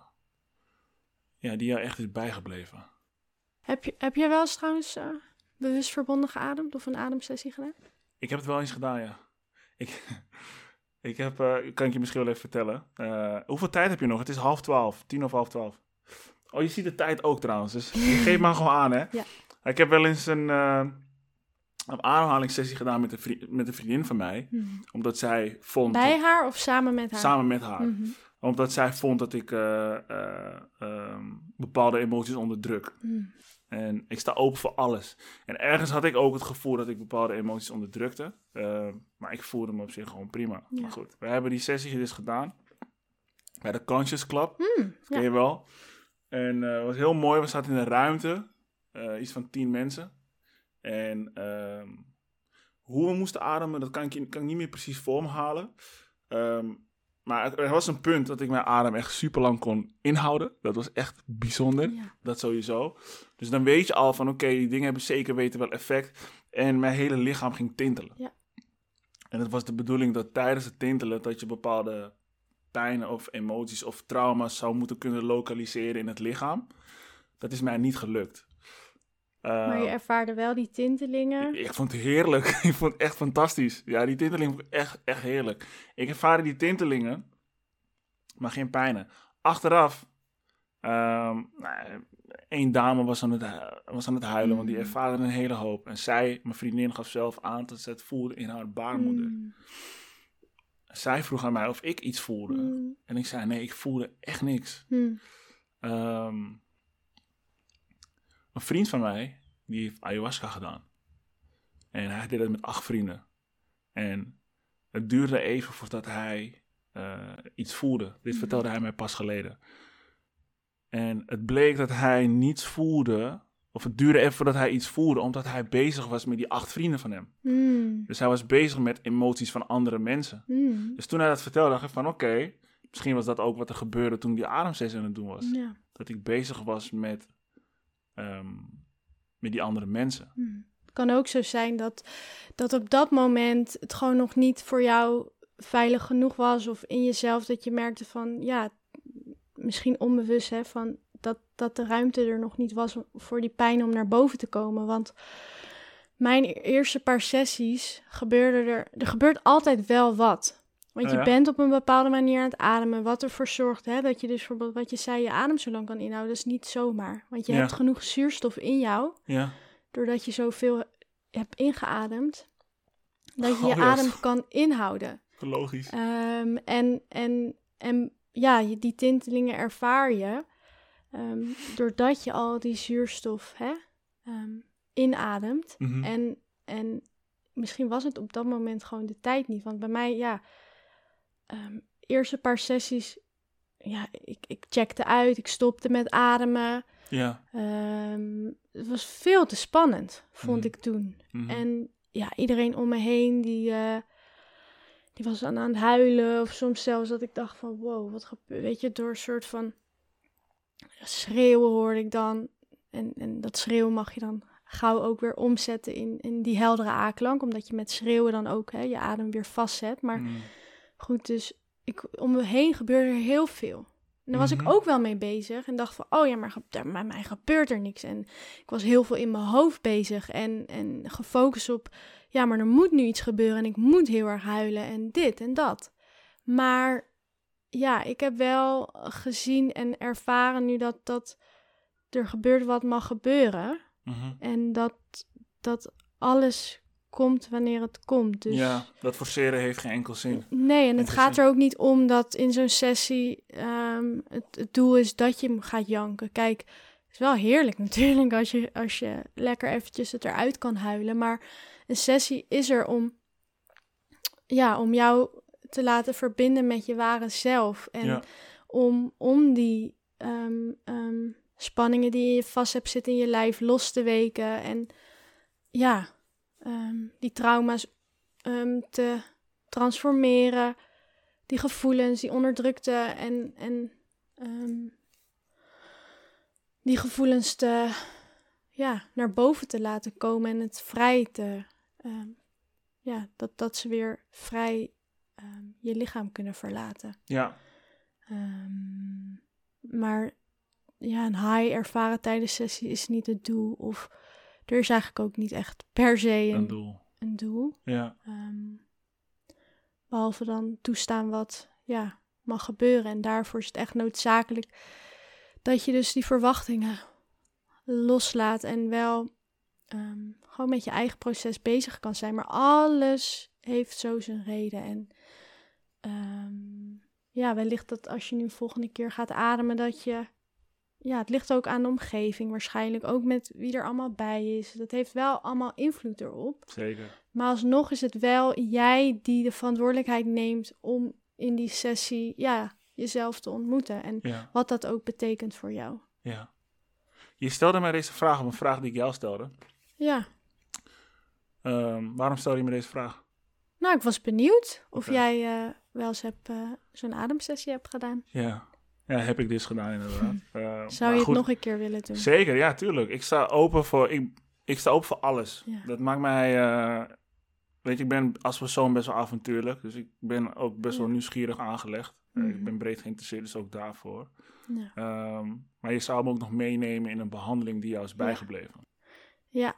ja, die jou echt is bijgebleven? Heb je, heb jij wel eens trouwens uh, bewust verbonden geademd of een ademsessie gedaan? Ik heb het wel eens gedaan, ja. Ik, ik heb, uh, kan ik je misschien wel even vertellen. Uh, hoeveel tijd heb je nog? Het is half twaalf, tien of half twaalf. Oh, je ziet de tijd ook trouwens, dus je geeft maar gewoon aan, hè? Ja. Ik heb wel eens een, uh, een ademhalingssessie gedaan met een, vriend, met een vriendin van mij. Mm-hmm. Omdat zij vond... Bij haar of samen met haar? Samen met haar. Mm-hmm. Omdat zij vond dat ik uh, uh, uh, bepaalde emoties onderdruk. Mm. En ik sta open voor alles. En ergens had ik ook het gevoel dat ik bepaalde emoties onderdrukte. Uh, maar ik voelde me op zich gewoon prima. Ja. Maar goed, we hebben die sessie dus gedaan. Bij de Conscious Club. Mm, ken ja. je wel. En het uh, was heel mooi. We zaten in een ruimte. Uh, iets van tien mensen. En uh, hoe we moesten ademen, dat kan ik, kan ik niet meer precies voor me halen. Um, maar er was een punt dat ik mijn adem echt super lang kon inhouden. Dat was echt bijzonder. Ja. Dat sowieso. Dus dan weet je al van oké, okay, die dingen hebben zeker weten wel effect. En mijn hele lichaam ging tintelen. Ja. En het was de bedoeling dat tijdens het tintelen dat je bepaalde pijnen of emoties of trauma's zou moeten kunnen lokaliseren in het lichaam. Dat is mij niet gelukt. Uh, maar je ervaarde wel die tintelingen? Ik, ik vond het heerlijk. Ik vond het echt fantastisch. Ja, die tintelingen vond ik echt, echt heerlijk. Ik ervaarde die tintelingen, maar geen pijnen. Achteraf, um, nou, één dame was aan het, was aan het huilen, mm. want die ervaarde een hele hoop. En zij, mijn vriendin, gaf zelf aan dat ze het voelde in haar baarmoeder. Mm. Zij vroeg aan mij of ik iets voelde. Mm. En ik zei, nee, ik voelde echt niks. Mm. Um, Een vriend van mij, die heeft ayahuasca gedaan. En hij deed het met acht vrienden. En het duurde even voordat hij uh, iets voelde. Dit mm-hmm. vertelde hij mij pas geleden. En het bleek dat hij niets voelde, of het duurde even voordat hij iets voelde, omdat hij bezig was met die acht vrienden van hem. Mm. Dus hij was bezig met emoties van andere mensen. Mm. Dus toen hij dat vertelde, dacht ik van oké, okay, misschien was dat ook wat er gebeurde toen die ademsessie aan het doen was. Ja. Dat ik bezig was met... Um, met die andere mensen. Hmm. Het kan ook zo zijn dat, dat op dat moment het gewoon nog niet voor jou veilig genoeg was, of in jezelf dat je merkte van, ja, misschien onbewust, hè, van dat, dat de ruimte er nog niet was voor die pijn om naar boven te komen. Want mijn eerste paar sessies gebeurde er, er gebeurt altijd wel wat. Want je ja. bent op een bepaalde manier aan het ademen, wat ervoor zorgt, hè, dat je dus bijvoorbeeld, wat je zei, je adem zo lang kan inhouden. Dat is niet zomaar, want je ja. hebt genoeg zuurstof in jou, ja. doordat je zoveel hebt ingeademd, dat je oh, je yes. adem kan inhouden. Logisch. Um, en, en, en ja, die tintelingen ervaar je, um, doordat je al die zuurstof hè, um, inademt. Mm-hmm. En, en misschien was het op dat moment gewoon de tijd niet, want bij mij, ja... Um, eerste paar sessies, ja, ik, ik checkte uit, ik stopte met ademen. Ja. Um, het was veel te spannend, vond mm. ik toen. Mm-hmm. En ja, iedereen om me heen, die, uh, die was aan, aan het huilen. Of soms zelfs dat ik dacht van, wow, wat gebeurt? Weet je, door een soort van schreeuwen hoorde ik dan. En, en dat schreeuwen mag je dan gauw ook weer omzetten in, in die heldere A-klank. Omdat je met schreeuwen dan ook hè, je adem weer vastzet. Maar... Mm. Goed, dus ik, om me heen gebeurde er heel veel. En daar was mm-hmm. ik ook wel mee bezig. En dacht van, oh ja, maar bij mij, mij gebeurt er niks. En ik was heel veel in mijn hoofd bezig. En, en gefocust op, ja, maar er moet nu iets gebeuren. En ik moet heel erg huilen. En dit en dat. Maar ja, ik heb wel gezien en ervaren nu dat, dat er gebeurt wat mag gebeuren. Mm-hmm. En dat, dat alles... komt wanneer het komt. Dus... Ja, dat forceren heeft geen enkel zin. Nee, en het gaat er ook niet om dat in zo'n sessie um, het, het doel is dat je gaat janken. Kijk, het is wel heerlijk natuurlijk als je, als je lekker eventjes het eruit kan huilen. Maar een sessie is er om, ja, om jou te laten verbinden met je ware zelf. En ja. om, om die um, um, spanningen die je vast hebt zitten in je lijf los te weken. En ja... Um, die trauma's um, te transformeren, die gevoelens, die onderdrukte en, en um, die gevoelens te, ja, naar boven te laten komen en het vrij te, um, ja, dat, dat ze weer vrij um, je lichaam kunnen verlaten. Ja. Um, maar ja, een high ervaren tijdens sessie is niet het doel. Of er is eigenlijk ook niet echt per se een, een doel. Een doel. Ja. Um, behalve dan toestaan wat ja, mag gebeuren. En daarvoor is het echt noodzakelijk dat je dus die verwachtingen loslaat. En wel um, gewoon met je eigen proces bezig kan zijn. Maar alles heeft zo zijn reden. En um, ja, wellicht dat als je nu de volgende keer gaat ademen, dat je... Ja, het ligt ook aan de omgeving waarschijnlijk. Ook met wie er allemaal bij is. Dat heeft wel allemaal invloed erop. Zeker. Maar alsnog is het wel jij die de verantwoordelijkheid neemt om in die sessie ja, jezelf te ontmoeten. En ja. wat dat ook betekent voor jou. Ja. Je stelde mij deze vraag op een vraag die ik jou stelde. Ja. Um, waarom stelde je me deze vraag? Nou, ik was benieuwd of Okay. jij uh, wel eens hebt, uh, zo'n ademsessie hebt gedaan. Ja. Ja, heb ik dus gedaan inderdaad. Uh, Zou je het goed, nog een keer willen doen? Zeker, ja, tuurlijk. Ik sta open voor, ik, ik sta open voor alles. Ja. Dat maakt mij, uh, weet je, ik ben als persoon best wel avontuurlijk. Dus ik ben ook best wel ja. nieuwsgierig aangelegd. Mm-hmm. Uh, ik ben breed geïnteresseerd, dus ook daarvoor. Ja. Um, maar je zou me ook nog meenemen in een behandeling die jou is bijgebleven. Ja.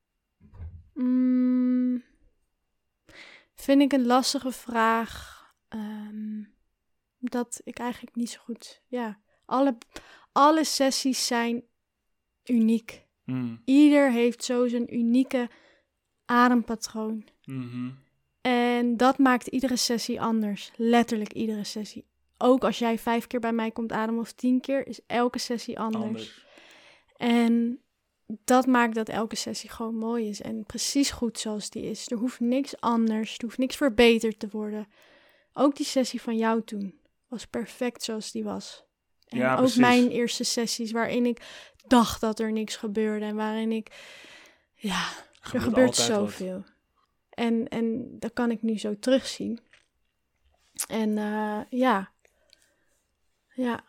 Mm, vind ik een lastige vraag. Um, dat ik eigenlijk niet zo goed... Ja, alle, alle sessies zijn uniek. Mm. Ieder heeft zo zijn unieke adempatroon. Mm-hmm. En dat maakt iedere sessie anders. Letterlijk iedere sessie. Ook als jij vijf keer bij mij komt ademen of tien keer, is elke sessie anders. anders. En dat maakt dat elke sessie gewoon mooi is. En precies goed zoals die is. Er hoeft niks anders. Er hoeft niks verbeterd te worden. Ook die sessie van jou toen was perfect zoals die was. En ja, ook precies. mijn eerste sessies waarin ik dacht dat er niks gebeurde. En waarin ik... Ja, er gebeurt zoveel. Wat. En, en dat kan ik nu zo terugzien. En uh, ja... Ja.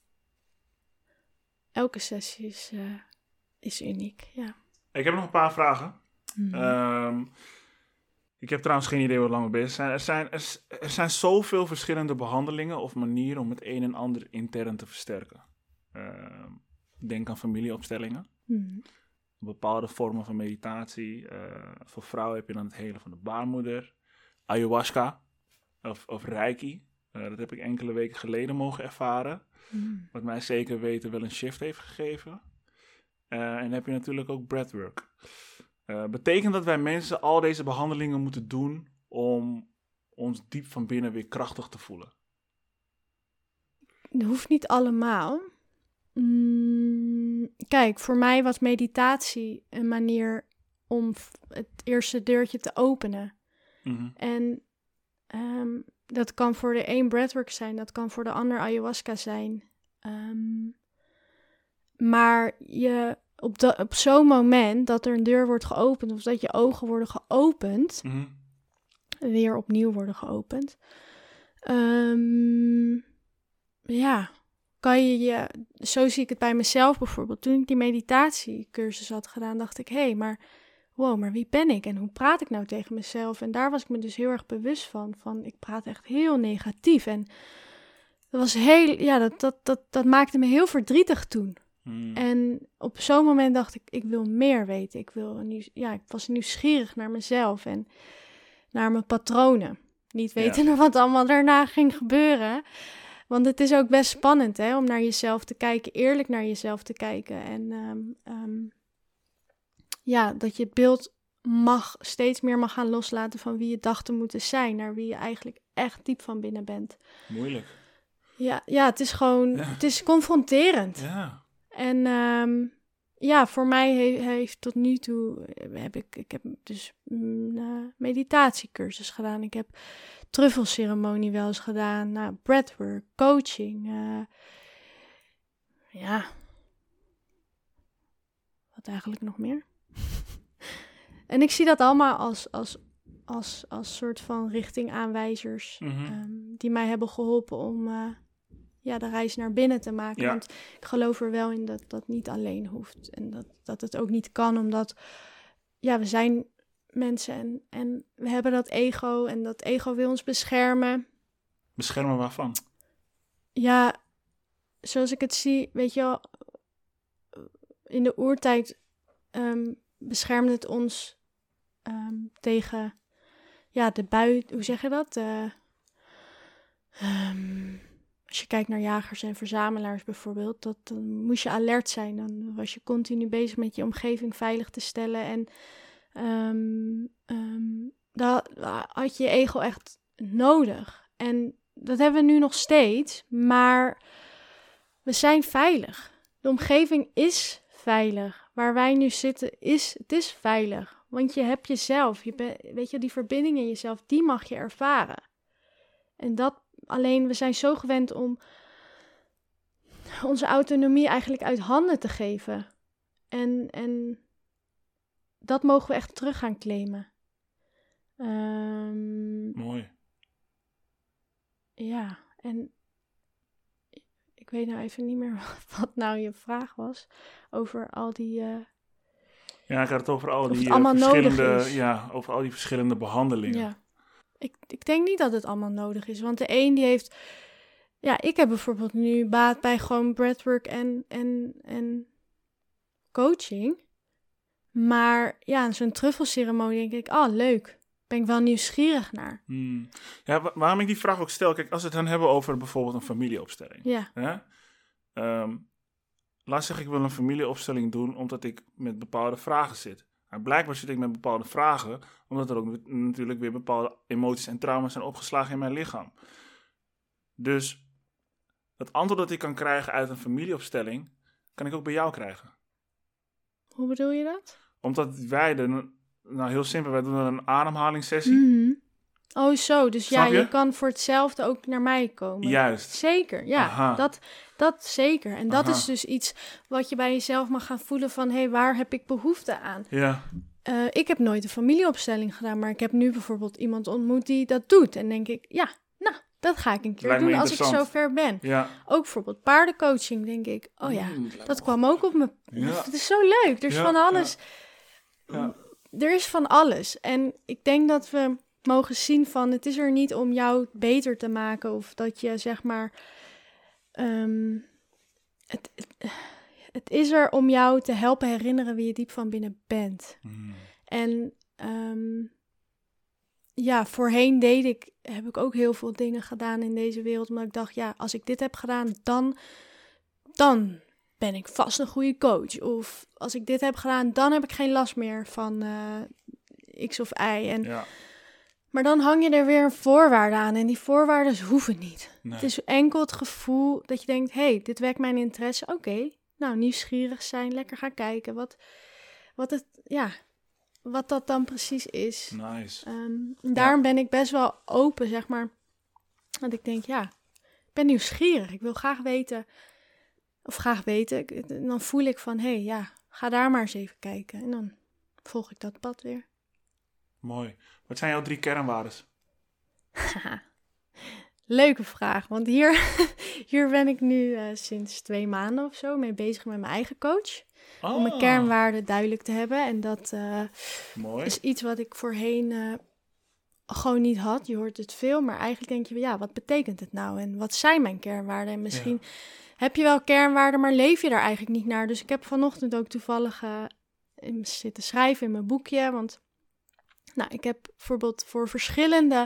Elke sessie is, uh, is uniek, ja. Ik heb nog een paar vragen. Mm-hmm. Um, ik heb trouwens geen idee hoe lang we bezig zijn. Er zijn, er, er zijn zoveel verschillende behandelingen of manieren om het een en ander intern te versterken. Uh, denk aan familieopstellingen. Mm-hmm. Bepaalde vormen van meditatie. Uh, voor vrouwen heb je dan het helen van de baarmoeder. Ayahuasca of, of Reiki. Uh, dat heb ik enkele weken geleden mogen ervaren. Mm. Wat mij zeker weten wel een shift heeft gegeven. Uh, en dan heb je natuurlijk ook breathwork. Uh, betekent dat wij mensen al deze behandelingen moeten doen om ons diep van binnen weer krachtig te voelen? Dat hoeft niet allemaal. Mm, kijk, voor mij was meditatie een manier om het eerste deurtje te openen. Mm-hmm. En um, dat kan voor de een breathwork zijn, dat kan voor de ander ayahuasca zijn. Um, maar je, op, de, op zo'n moment dat er een deur wordt geopend, of dat je ogen worden geopend, mm-hmm. weer opnieuw worden geopend, um, ja, kan je je, zo zie ik het bij mezelf bijvoorbeeld. Toen ik die meditatiecursus had gedaan, dacht ik, hé, hey, maar wow, maar wie ben ik en hoe praat ik nou tegen mezelf? En daar was ik me dus heel erg bewust van, van ik praat echt heel negatief. En dat was heel, ja, dat, dat, dat, dat maakte me heel verdrietig toen. Mm. En op zo'n moment dacht ik, ik wil meer weten. Ik wil, nieuw, ja, ik was nieuwsgierig naar mezelf en naar mijn patronen. Niet weten ja. wat allemaal daarna ging gebeuren. Want het is ook best spannend, hè, om naar jezelf te kijken, eerlijk naar jezelf te kijken. En um, um, ja, dat je het beeld mag, steeds meer mag gaan loslaten van wie je dacht te moeten zijn, naar wie je eigenlijk echt diep van binnen bent. Moeilijk. Ja, ja het is gewoon, ja. het is confronterend. Ja. En um, ja, voor mij he, heeft tot nu toe, heb ik, ik heb dus een uh, meditatiecursus gedaan. Ik heb truffelceremonie wel eens gedaan, nou, breathwork, coaching. Uh, ja, wat eigenlijk nog meer? En ik zie dat allemaal als, als, als, als soort van richtingaanwijzers, mm-hmm. um, die mij hebben geholpen om, uh, ja, de reis naar binnen te maken. Ja. Want ik geloof er wel in dat dat niet alleen hoeft. En dat, dat het ook niet kan, omdat ja, we zijn mensen en, en we hebben dat ego. En dat ego wil ons beschermen. Beschermen waarvan? Ja, zoals ik het zie, weet je wel, in de oertijd um, beschermde het ons um, tegen ja, de bui, hoe zeg je dat? Uh, um, als je kijkt naar jagers en verzamelaars bijvoorbeeld, dat, dan moest je alert zijn. Dan was je continu bezig met je omgeving veilig te stellen. En um, um, dat had je ego echt nodig. En dat hebben we nu nog steeds, maar we zijn veilig. De omgeving is veilig. Waar wij nu zitten, is, het is veilig. Want je hebt jezelf, je be, weet je, die verbinding in jezelf, die mag je ervaren. En dat alleen, we zijn zo gewend om onze autonomie eigenlijk uit handen te geven. En, en dat mogen we echt terug gaan claimen. Um, Mooi. Ja, en ik weet nou even niet meer wat nou je vraag was over al die... Uh, ja, ik had het over al of die het allemaal uh, verschillende, nodig is. Ja, over al die verschillende behandelingen. Ja. Ik, ik denk niet dat het allemaal nodig is, want de een die heeft... Ja, ik heb bijvoorbeeld nu baat bij gewoon breathwork en, en, en coaching. Maar ja, zo'n truffelceremonie denk ik, oh leuk. Ben ik wel nieuwsgierig naar. Hmm. Ja, wa- waarom ik die vraag ook stel, kijk, als we het dan hebben over bijvoorbeeld een familieopstelling. Ja. Hè? Um, laat zeggen, ik wil een familieopstelling doen omdat ik met bepaalde vragen zit. Nou, blijkbaar zit ik met bepaalde vragen, omdat er ook natuurlijk weer bepaalde emoties en trauma's zijn opgeslagen in mijn lichaam. Dus het antwoord dat ik kan krijgen uit een familieopstelling, kan ik ook bij jou krijgen. Hoe bedoel je dat? Omdat wij de... Nou, heel simpel. Wij doen een ademhalingssessie. Mm-hmm. Oh, zo. Dus Snap ja, je? je kan voor hetzelfde ook naar mij komen. Juist. Zeker, ja. Aha. Dat, dat zeker. En dat Aha. is dus iets wat je bij jezelf mag gaan voelen van... hé, hey, waar heb ik behoefte aan? Ja. Uh, ik heb nooit een familieopstelling gedaan... maar ik heb nu bijvoorbeeld iemand ontmoet die dat doet. En denk ik, ja, nou, dat ga ik een keer Lijkt me doen als ik interessant. zo ver ben. Ja. Ook bijvoorbeeld paardencoaching, denk ik. Oh ja, Mm, dat kwam ook op me. Ja. Het is zo leuk. Er is Ja, van alles... Ja. Ja. Er is van alles. En ik denk dat we mogen zien van... het is er niet om jou beter te maken... of dat je zeg maar... Um, het, het, het is er om jou te helpen herinneren... wie je diep van binnen bent. Mm. En um, ja, voorheen deed ik... heb ik ook heel veel dingen gedaan in deze wereld... omdat ik dacht, ja, als ik dit heb gedaan... dan, dan ben ik vast een goede coach. Of als ik dit heb gedaan, dan heb ik geen last meer van uh, X of Y. En, Ja. Maar dan hang je er weer een voorwaarde aan. En die voorwaarden hoeven niet. Nee. Het is enkel het gevoel dat je denkt... hé, hey, dit wekt mijn interesse. Oké, okay. Nou, nieuwsgierig zijn, lekker gaan kijken. Wat, wat, het, ja, wat dat dan precies is. Nice. Um, daarom ja. ben ik best wel open, zeg maar. Want ik denk, ja, ik ben nieuwsgierig. Ik wil graag weten... Of graag weten. En dan voel ik van, hé, hey, ja, ga daar maar eens even kijken. En dan volg ik dat pad weer. Mooi. Wat zijn jouw drie kernwaarden? Leuke vraag, want hier, hier ben ik nu uh, sinds twee maanden of zo mee bezig met mijn eigen coach. Oh. Om mijn kernwaarden duidelijk te hebben. En dat uh, Mooi. Is iets wat ik voorheen uh, gewoon niet had. Je hoort het veel, maar eigenlijk denk je, ja, wat betekent het nou? En wat zijn mijn kernwaarden? En misschien... Ja. Heb je wel kernwaarden, maar leef je daar eigenlijk niet naar? Dus ik heb vanochtend ook toevallig uh, in zitten schrijven in mijn boekje. Want nou, ik heb bijvoorbeeld voor verschillende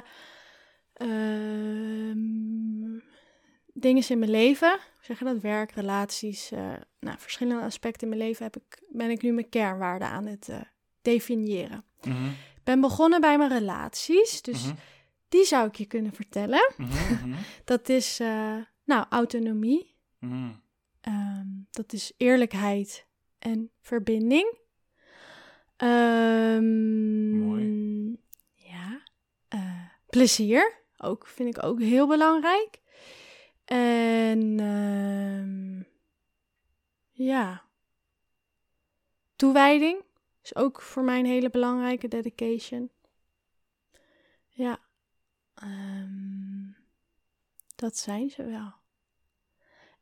uh, dingen in mijn leven... Zeg je dat? Werk, relaties, uh, nou, verschillende aspecten in mijn leven... Heb ik, ben ik nu mijn kernwaarden aan het uh, definiëren. Mm-hmm. Ik ben begonnen bij mijn relaties, dus mm-hmm. die zou ik je kunnen vertellen. Mm-hmm. Dat is, uh, nou, autonomie. Mm. Um, dat is eerlijkheid en verbinding. Um, Mooi. Ja. Uh, plezier. Ook, vind ik ook heel belangrijk. En um, ja. Toewijding is ook voor mij een hele belangrijke dedication. Ja. Um, dat zijn ze wel.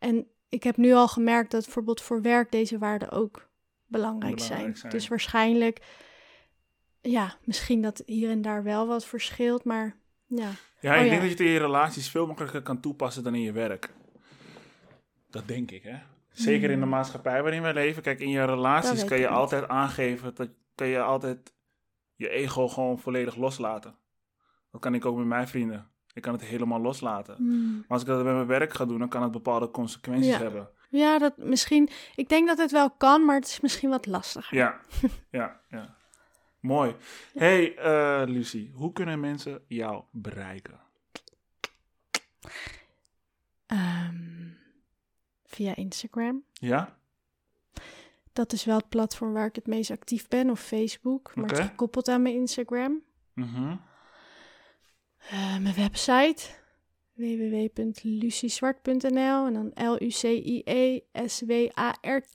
En ik heb nu al gemerkt dat bijvoorbeeld voor werk deze waarden ook belangrijk, belangrijk zijn. zijn. Dus waarschijnlijk, ja, misschien dat hier en daar wel wat verschilt, maar ja. Ja, ik oh, denk ja. dat je het in je relaties veel makkelijker kan toepassen dan in je werk. Dat denk ik, hè. Zeker in de maatschappij waarin we leven. Kijk, in je relaties kan je altijd aangeven, dat kan je altijd je ego gewoon volledig loslaten. Dat kan ik ook met mijn vrienden. Ik kan het helemaal loslaten. Mm. Maar als ik dat bij mijn werk ga doen, dan kan het bepaalde consequenties ja. hebben. Ja, dat misschien. Ik denk dat het wel kan, maar het is misschien wat lastiger. Ja, ja, ja. Mooi. Ja. Hey, uh, Lucie, hoe kunnen mensen jou bereiken? Um, via Instagram. Ja? Dat is wel het platform waar ik het meest actief ben, of Facebook. Maar okay. Het is gekoppeld aan mijn Instagram. Mm-hmm. Uh, mijn website, w w w punt luciezwart punt n l en dan L U C I E S W A R T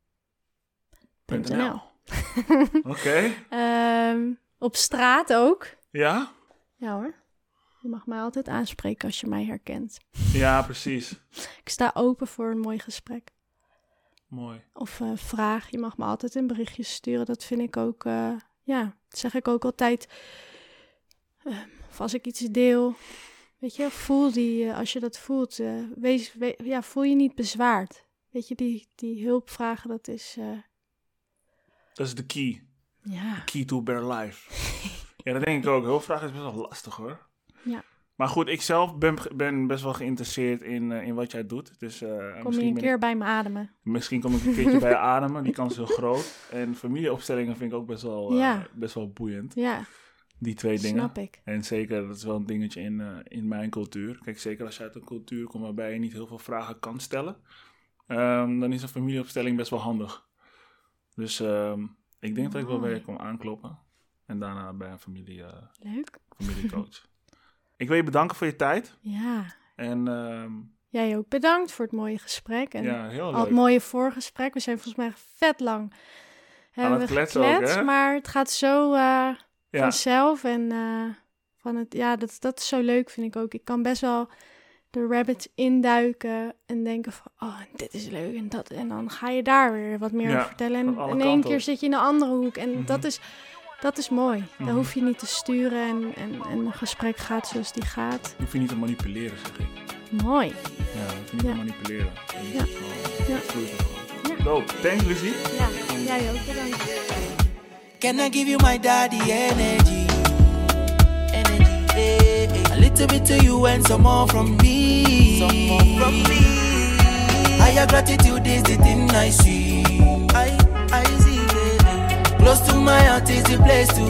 punt n l. Oké. Okay. Um, op straat ook. Ja? Ja hoor. Je mag mij altijd aanspreken als je mij herkent. Ja, precies. Ik sta open voor een mooi gesprek. Mooi. Of uh, vraag. Je mag me altijd een berichtje sturen. Dat vind ik ook, uh, ja, dat zeg ik ook altijd. Uh, of als ik iets deel, weet je, voel die, uh, als je dat voelt, uh, wees, we, ja, voel je niet bezwaard. Weet je, die, die hulp vragen, dat is... Uh... Dat is de key. Ja. The key to better life. Ja, dat denk ik ook. Hulp vragen is best wel lastig, hoor. Ja. Maar goed, ik zelf ben, ben best wel geïnteresseerd in, uh, in wat jij doet. Dus, uh, kom je een keer ik, bij me ademen? Misschien kom ik een keertje bij je ademen. Die kans is heel groot. En familieopstellingen vind ik ook best wel, uh, ja. best wel boeiend. Ja. Die twee dingen. Snap ik. En zeker, dat is wel een dingetje in, uh, in mijn cultuur. Kijk, zeker als je uit een cultuur komt waarbij je niet heel veel vragen kan stellen. Um, dan is een familieopstelling best wel handig. Dus um, ik denk oh. dat ik wel bij je kom aankloppen. En daarna bij een familie, uh, Leuk. familiecoach. Ik wil je bedanken voor je tijd. Ja. En, um, jij ook bedankt voor het mooie gesprek. En ja, heel leuk. Al het mooie voorgesprek. We zijn volgens mij vet lang. Hebben we gekletst, maar het gaat zo uh, ja. vanzelf. En uh, van het, ja, dat, dat is zo leuk, vind ik ook. Ik kan best wel de rabbit induiken en denken van, oh, dit is leuk en dat. En dan ga je daar weer wat meer ja, over vertellen. En in één keer op. Zit je in een andere hoek. En mm-hmm. dat is... Dat is mooi. Mm-hmm. Daar hoef je niet te sturen en, en, en een gesprek gaat zoals die gaat. Hoef je niet te manipuleren, zeg ik. Mooi. Ja, hoef je niet ja. te manipuleren. Ja. Ja. Ja. Dope. Thanks, Lucie. Ja, jij ook. Bedankt. Can I give you my daddy energy? Energy, hey, hey. A little bit to you and some more from me. Some more from me. Higher gratitude is the thing I see. I, I see, baby. Close to my heart is the place to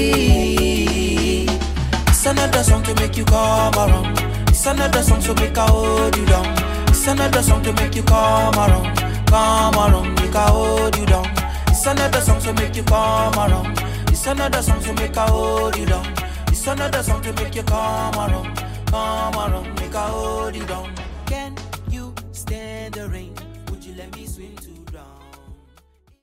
be. It's another song to make you come around. It's another song to make I hold you down. It's another song to make you come around. Come around, make I hold you down. It's another song to make you come around. It's another song to make I hold you down. It's another song to make you come around. Come around, make I hold you down.